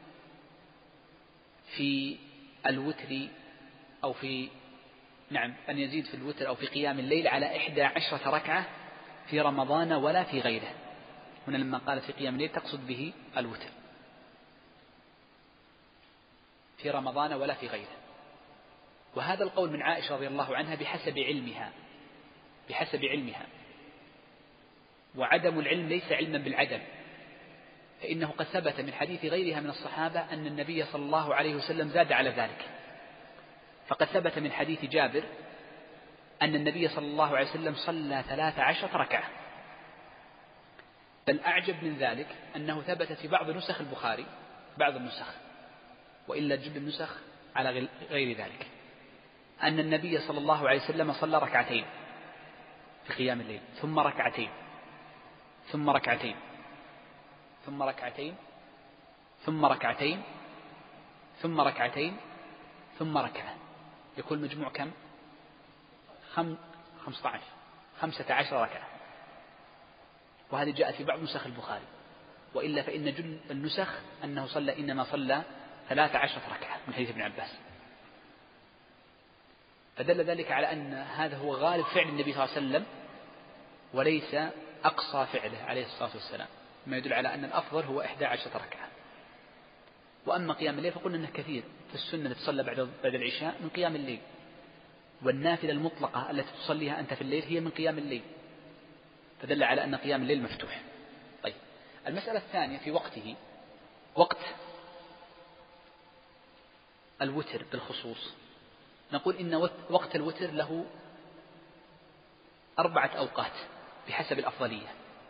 في الوتر أو في نعم أن يزيد في الوتر أو في قيام الليل على إحدى عشرة ركعة في رمضان ولا في غيره. هنا لما قالت في قيام الليل تقصد به الوتر، في رمضان ولا في غيره. وهذا القول من عائشة رضي الله عنها بحسب علمها بحسب علمها وعدم العلم ليس علما بالعدم، فإنه قد ثبت من حديث غيرها من الصحابة أن النبي صلى الله عليه وسلم زاد على ذلك. فقد ثبت من حديث جابر أن النبي صلى الله عليه وسلم صلى ثلاث عشرة ركعة، بل أعجب من ذلك أنه ثبت في بعض نسخ البخاري، بعض النسخ وإلا جل النسخ على غير ذلك، أن النبي صلى الله عليه وسلم صلى ركعتين في قيام الليل، ثم ركعتين ثم ركعتين ثم ركعتين ثم ركعتين ثم ركعتين ثم ركعة، يكون مجموع كم؟ خم... خمسة عشر خمسة عشر ركعة. وهذه جاءت في بعض نسخ البخاري، وإلا فإن جل النسخ أنه صلى إنما صلى ثلاث عشرة ركعة من حديث ابن عباس. فدل ذلك على أن هذا هو غالب فعل النبي صلى الله عليه وسلم وليس أقصى فعله عليه الصلاة والسلام، ما يدل على أن الأفضل هو إحدى عشرة ركعة. وأما قيام الليل فقلنا أنه كثير، في السنة تصلى بعد بعد العشاء من قيام الليل، والنافلة المطلقة التي تصليها أنت في الليل هي من قيام الليل، فدل على أن قيام الليل مفتوح. طيب، المسألة الثانية في وقته، وقت الوتر بالخصوص، نقول إن وقت الوتر له أربعة أوقات بحسب الأفضلية.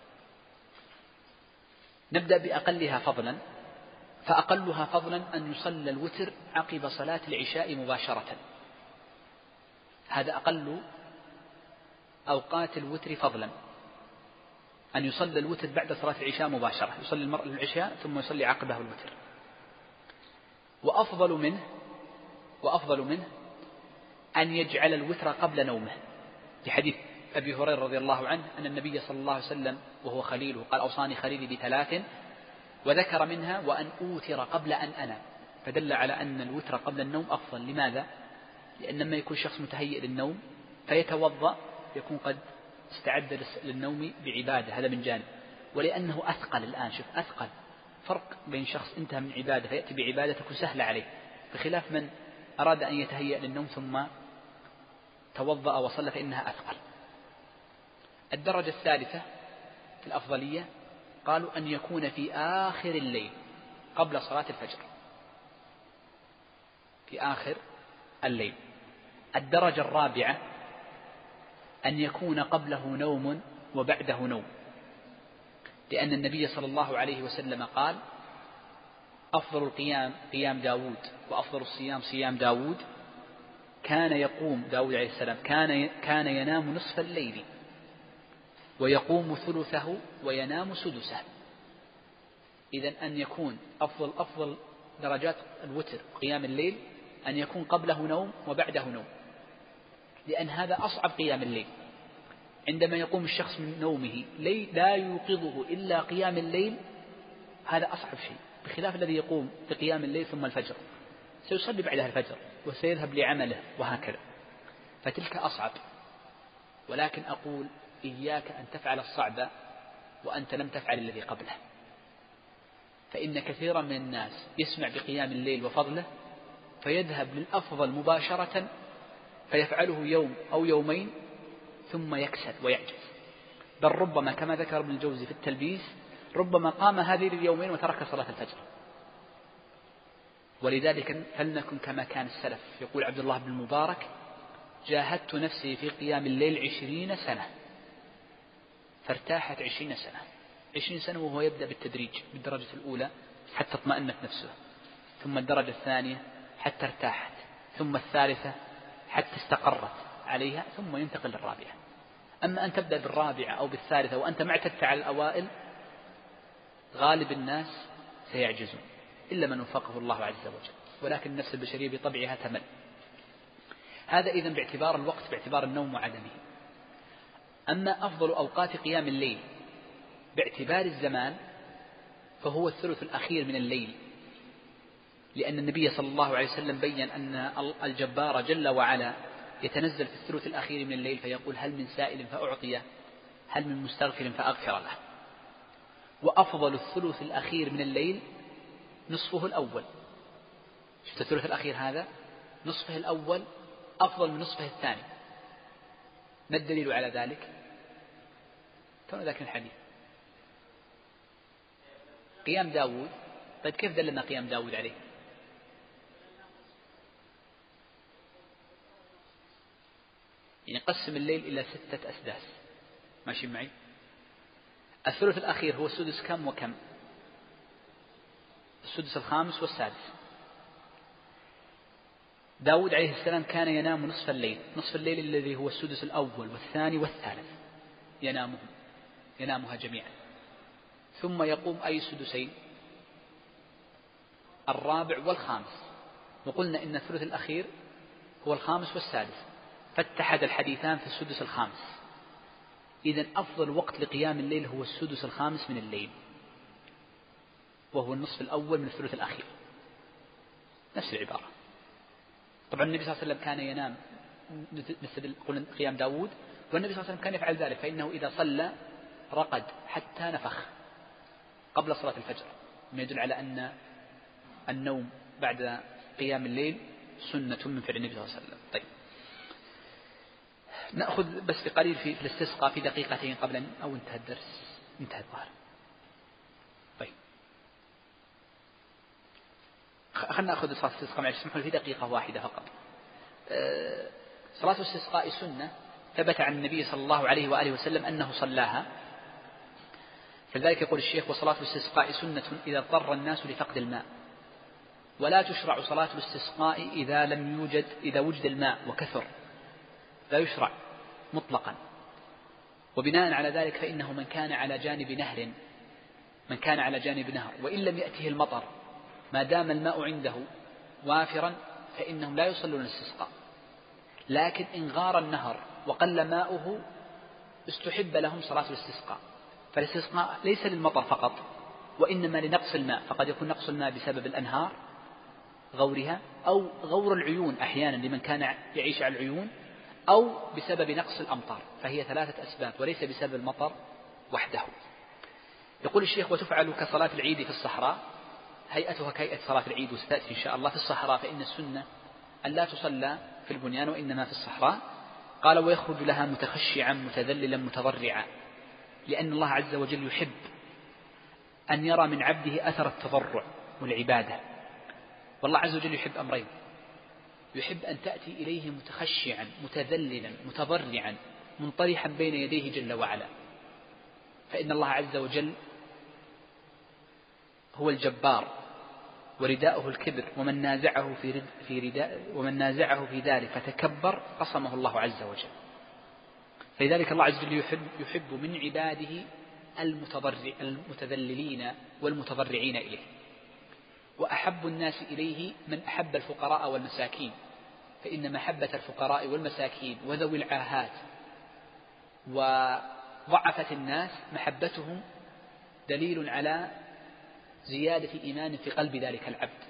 نبدأ بأقلها فضلا، فأقلها فضلا أن يصلى الوتر عقب صلاة العشاء مباشرة، هذا أقل أوقات الوتر فضلا، أن يصلى الوتر بعد صلاة العشاء مباشرة، يصلي المرء العشاء ثم يصلي عقبه الوتر. وأفضل منه وأفضل منه أن يجعل الوتر قبل نومه، لحديث أبي هريرة رضي الله عنه أن النبي صلى الله عليه وسلم وهو خليله قال: أوصاني خليلي بثلاث، وذكر منها وأن أوتر قبل أن أنام، فدل على أن الوتر قبل النوم أفضل. لماذا؟ لأن لما يكون شخص متهيئ للنوم فيتوضأ يكون قد استعد للنوم بعبادة، هذا من جانب، ولأنه أثقل الآن. شوف، أثقل، فرق بين شخص انتهى من عبادة فيأتي بعبادة تكون سهلة عليه، بخلاف من أراد أن يتهيأ للنوم ثم توضأ وصلى فإنها أثقل. الدرجة الثالثة في الأفضلية قالوا أن يكون في آخر الليل قبل صلاة الفجر، في آخر الليل. الدرجة الرابعة أن يكون قبله نوم وبعده نوم، لأن النبي صلى الله عليه وسلم قال: أفضل القيام قيام داود، وأفضل الصيام صيام داود، كان يقوم داود عليه السلام كان كان ينام نصف الليل ويقوم ثلثه وينام سدسه. إذن أن يكون أفضل أفضل درجات الوتر قيام الليل أن يكون قبله نوم وبعده نوم، لأن هذا أصعب قيام الليل. عندما يقوم الشخص من نومه لا يوقظه إلا قيام الليل، هذا أصعب شيء، بخلاف الذي يقوم بقيام الليل ثم الفجر سيصلي بعدها الفجر وسيذهب لعمله وهكذا، فتلك أصعب. ولكن أقول إياك أن تفعل الصعب وأنت لم تفعل الذي قبله، فإن كثيرا من الناس يسمع بقيام الليل وفضله فيذهب للأفضل مباشرة فيفعله يوم أو يومين ثم يكسل ويعجز، بل ربما كما ذكر ابن الجوزي في التلبيس ربما قام هذه اليومين وترك صلاة الفجر. ولذلك فلنكن كما كان السلف. يقول عبد الله بن المبارك: جاهدت نفسي في قيام الليل عشرين سنة فارتاحت عشرين سنة عشرين سنة وهو يبدأ بالتدريج، بالدرجة الأولى حتى اطمأنت نفسه، ثم الدرجة الثانية حتى ارتاحت، ثم الثالثة حتى استقرت عليها، ثم ينتقل للرابعة. أما أن تبدأ بالرابعة أو بالثالثة وأنت ما اعتدت على الأوائل غالب الناس سيعجزون إلا من وفقه الله عز وجل، ولكن النفس البشرية بطبعها تمل. هذا إذن باعتبار الوقت، باعتبار النوم وعدمه. أما أفضل أوقات قيام الليل باعتبار الزمان فهو الثلث الأخير من الليل، لأن النبي صلى الله عليه وسلم بيّن أن الجبار جل وعلا يتنزل في الثلث الأخير من الليل فيقول هل من سائل فأعطيه، هل من مستغفر فأغفر له. وأفضل الثلث الأخير من الليل نصفه الأول. شفت الثلث الأخير هذا نصفه الأول أفضل من نصفه الثاني. ما الدليل على ذلك؟ تونا ذاك الحديث قيام داود. طيب كيف دلنا قيام داود عليه؟ يعني قسم الليل إلى ستة أسداس، ماشي معي؟ الثلث الأخير هو السدس كم وكم؟ السدس الخامس والسادس. داود عليه السلام كان ينام نصف الليل، نصف الليل الذي هو السدس الأول والثاني والثالث ينامهم ينامها جميعا، ثم يقوم أي سدسين؟ الرابع والخامس. وقلنا إن الثلث الأخير هو الخامس والسادس، فاتحد الحديثان في السدس الخامس. إذن أفضل وقت لقيام الليل هو السدس الخامس من الليل، وهو النصف الأول من الثلث الأخير. نفس العبارة. طبعا النبي صلى الله عليه وسلم كان ينام مثل قيام داود، والنبي صلى الله عليه وسلم كان يفعل ذلك، فإنه إذا صلى رقد حتى نفخ قبل صلاة الفجر، ما يدل على أن النوم بعد قيام الليل سنة من فعل النبي صلى الله عليه وسلم. طيب نأخذ بس بقليل في الاستسقاء في دقيقتين قبل أن أو انتهى الدرس، انتهى الظاهر. طيب خلنا نأخذ صلاة الاستسقاء معي، اسمحوا لي في دقيقة واحدة فقط. أه صلاة الاستسقاء سنة ثبت عن النبي صلى الله عليه وآله وسلم أنه صلاها، فلذلك يقول الشيخ وصلاة الاستسقاء سنة إذا اضطر الناس لفقد الماء، ولا تشرع صلاة الاستسقاء إذا لم يوجد إذا وجد الماء وكثر، لا يشرع مطلقا. وبناء على ذلك فإنه من كان على جانب نهر من كان على جانب نهر وإن لم يأته المطر ما دام الماء عنده وافرا فإنهم لا يصلون الاستسقاء. لكن إن غار النهر وقل ماؤه استحب لهم صلاة الاستسقاء. فالاستسقاء ليس للمطر فقط، وإنما لنقص الماء، فقد يكون نقص الماء بسبب الأنهار غورها، أو غور العيون أحيانا لمن كان يعيش على العيون، أو بسبب نقص الأمطار، فهي ثلاثة أسباب وليس بسبب المطر وحده. يقول الشيخ وتفعل كصلاة العيد في الصحراء، هيئتها كهيئة صلاة العيد وستأتي إن شاء الله. في الصحراء فإن السنة أن لا تصلى في البنيان وإنما في الصحراء. قال ويخرج لها متخشعا متذللا متضرعا، لأن الله عز وجل يحب أن يرى من عبده أثر التضرع والعبادة. والله عز وجل يحب أمرين: يحب أن تأتي إليه متخشعا متذللا متضرعا منطرحا بين يديه جل وعلا، فإن الله عز وجل هو الجبار ورداؤه الكبر، ومن نازعه في رد في رداء ومن نازعه في ذلك فتكبر قصمه الله عز وجل. فلذلك الله عز وجل يحب, يحب من عباده المتضرع المتذللين والمتضرعين إليه. وأحب الناس إليه من أحب الفقراء والمساكين، فإن محبة الفقراء والمساكين وذوي العاهات وضعفة الناس محبتهم دليل على زيادة إيمان في قلب ذلك العبد.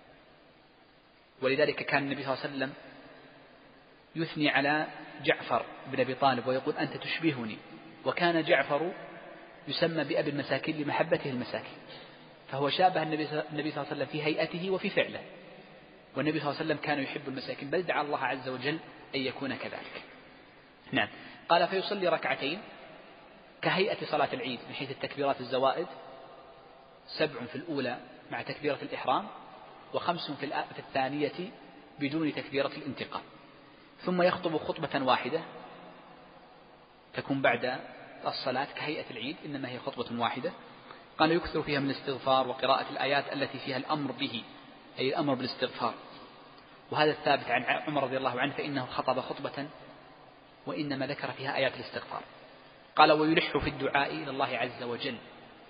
ولذلك كان النبي صلى الله عليه وسلم يثني على جعفر بن أبي طالب ويقول أنت تشبهني، وكان جعفر يسمى بأبي المساكين لمحبته المساكين، فهو شابه النبي صلى الله عليه وسلم في هيئته وفي فعله. والنبي صلى الله عليه وسلم كان يحب المساكين، بل دعا الله عز وجل أن يكون كذلك. نعم. قال فيصلي ركعتين كهيئة صلاة العيد من حيث التكبيرات الزوائد، سبع في الأولى مع تكبيرة الإحرام، وخمس في الثانية بدون تكبيرة الانتقال. ثم يخطب خطبة واحدة تكون بعد الصلاة كهيئة العيد، إنما هي خطبة واحدة. قال يكثر فيها من الاستغفار وقراءة الآيات التي فيها الأمر به، أي الأمر بالاستغفار، وهذا الثابت عن عمر رضي الله عنه فإنه خطب خطبة وإنما ذكر فيها آيات الاستغفار. قال ويلح في الدعاء إلى الله عز وجل،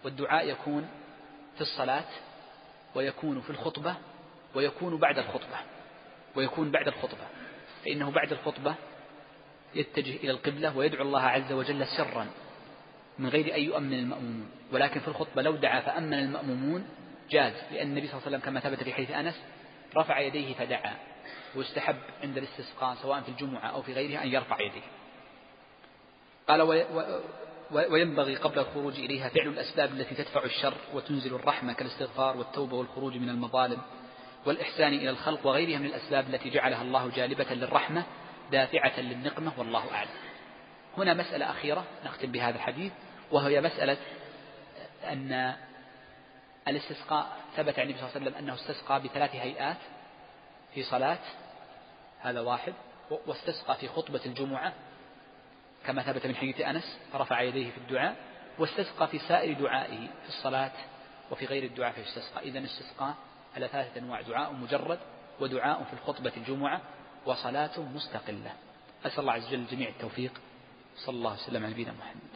والدعاء يكون في الصلاة ويكون في الخطبة ويكون بعد الخطبة ويكون بعد الخطبة فإنه بعد الخطبة يتجه إلى القبلة ويدعو الله عز وجل سرا من غير أن يؤمن المأمومون، ولكن في الخطبة لو دعا فأمن المأمومون جاز، لأن النبي صلى الله عليه وسلم كما ثبت في حديث أنس رفع يديه فدعا، ويستحب عند الاستسقاء سواء في الجمعة أو في غيرها أن يرفع يديه. قال وينبغي قبل الخروج إليها فعل الأسباب التي تدفع الشر وتنزل الرحمة كالاستغفار والتوبة والخروج من المظالم والإحسان إلى الخلق وغيرها من الأسباب التي جعلها الله جالبة للرحمة دافعة للنقمة، والله أعلم. هنا مسألة أخيرة نختم بهذا الحديث، وهي مسألة أن الاستسقاء ثبت عن النبي صلى الله عليه وسلم أنه استسقى بثلاث هيئات في صلاة، هذا واحد، واستسقى في خطبة الجمعة كما ثبت من حديث أنس فرفع يديه في الدعاء، واستسقى في سائر دعائه في الصلاة وفي غير الدعاء فاستسقى. إذن استسقى على ثلاثة أنواع: دعاء مجرد، ودعاء في الخطبة الجمعة، وصلاة مستقلة. أسأل الله عز وجل الجميع التوفيق. صلى الله وسلم على نبينا محمد.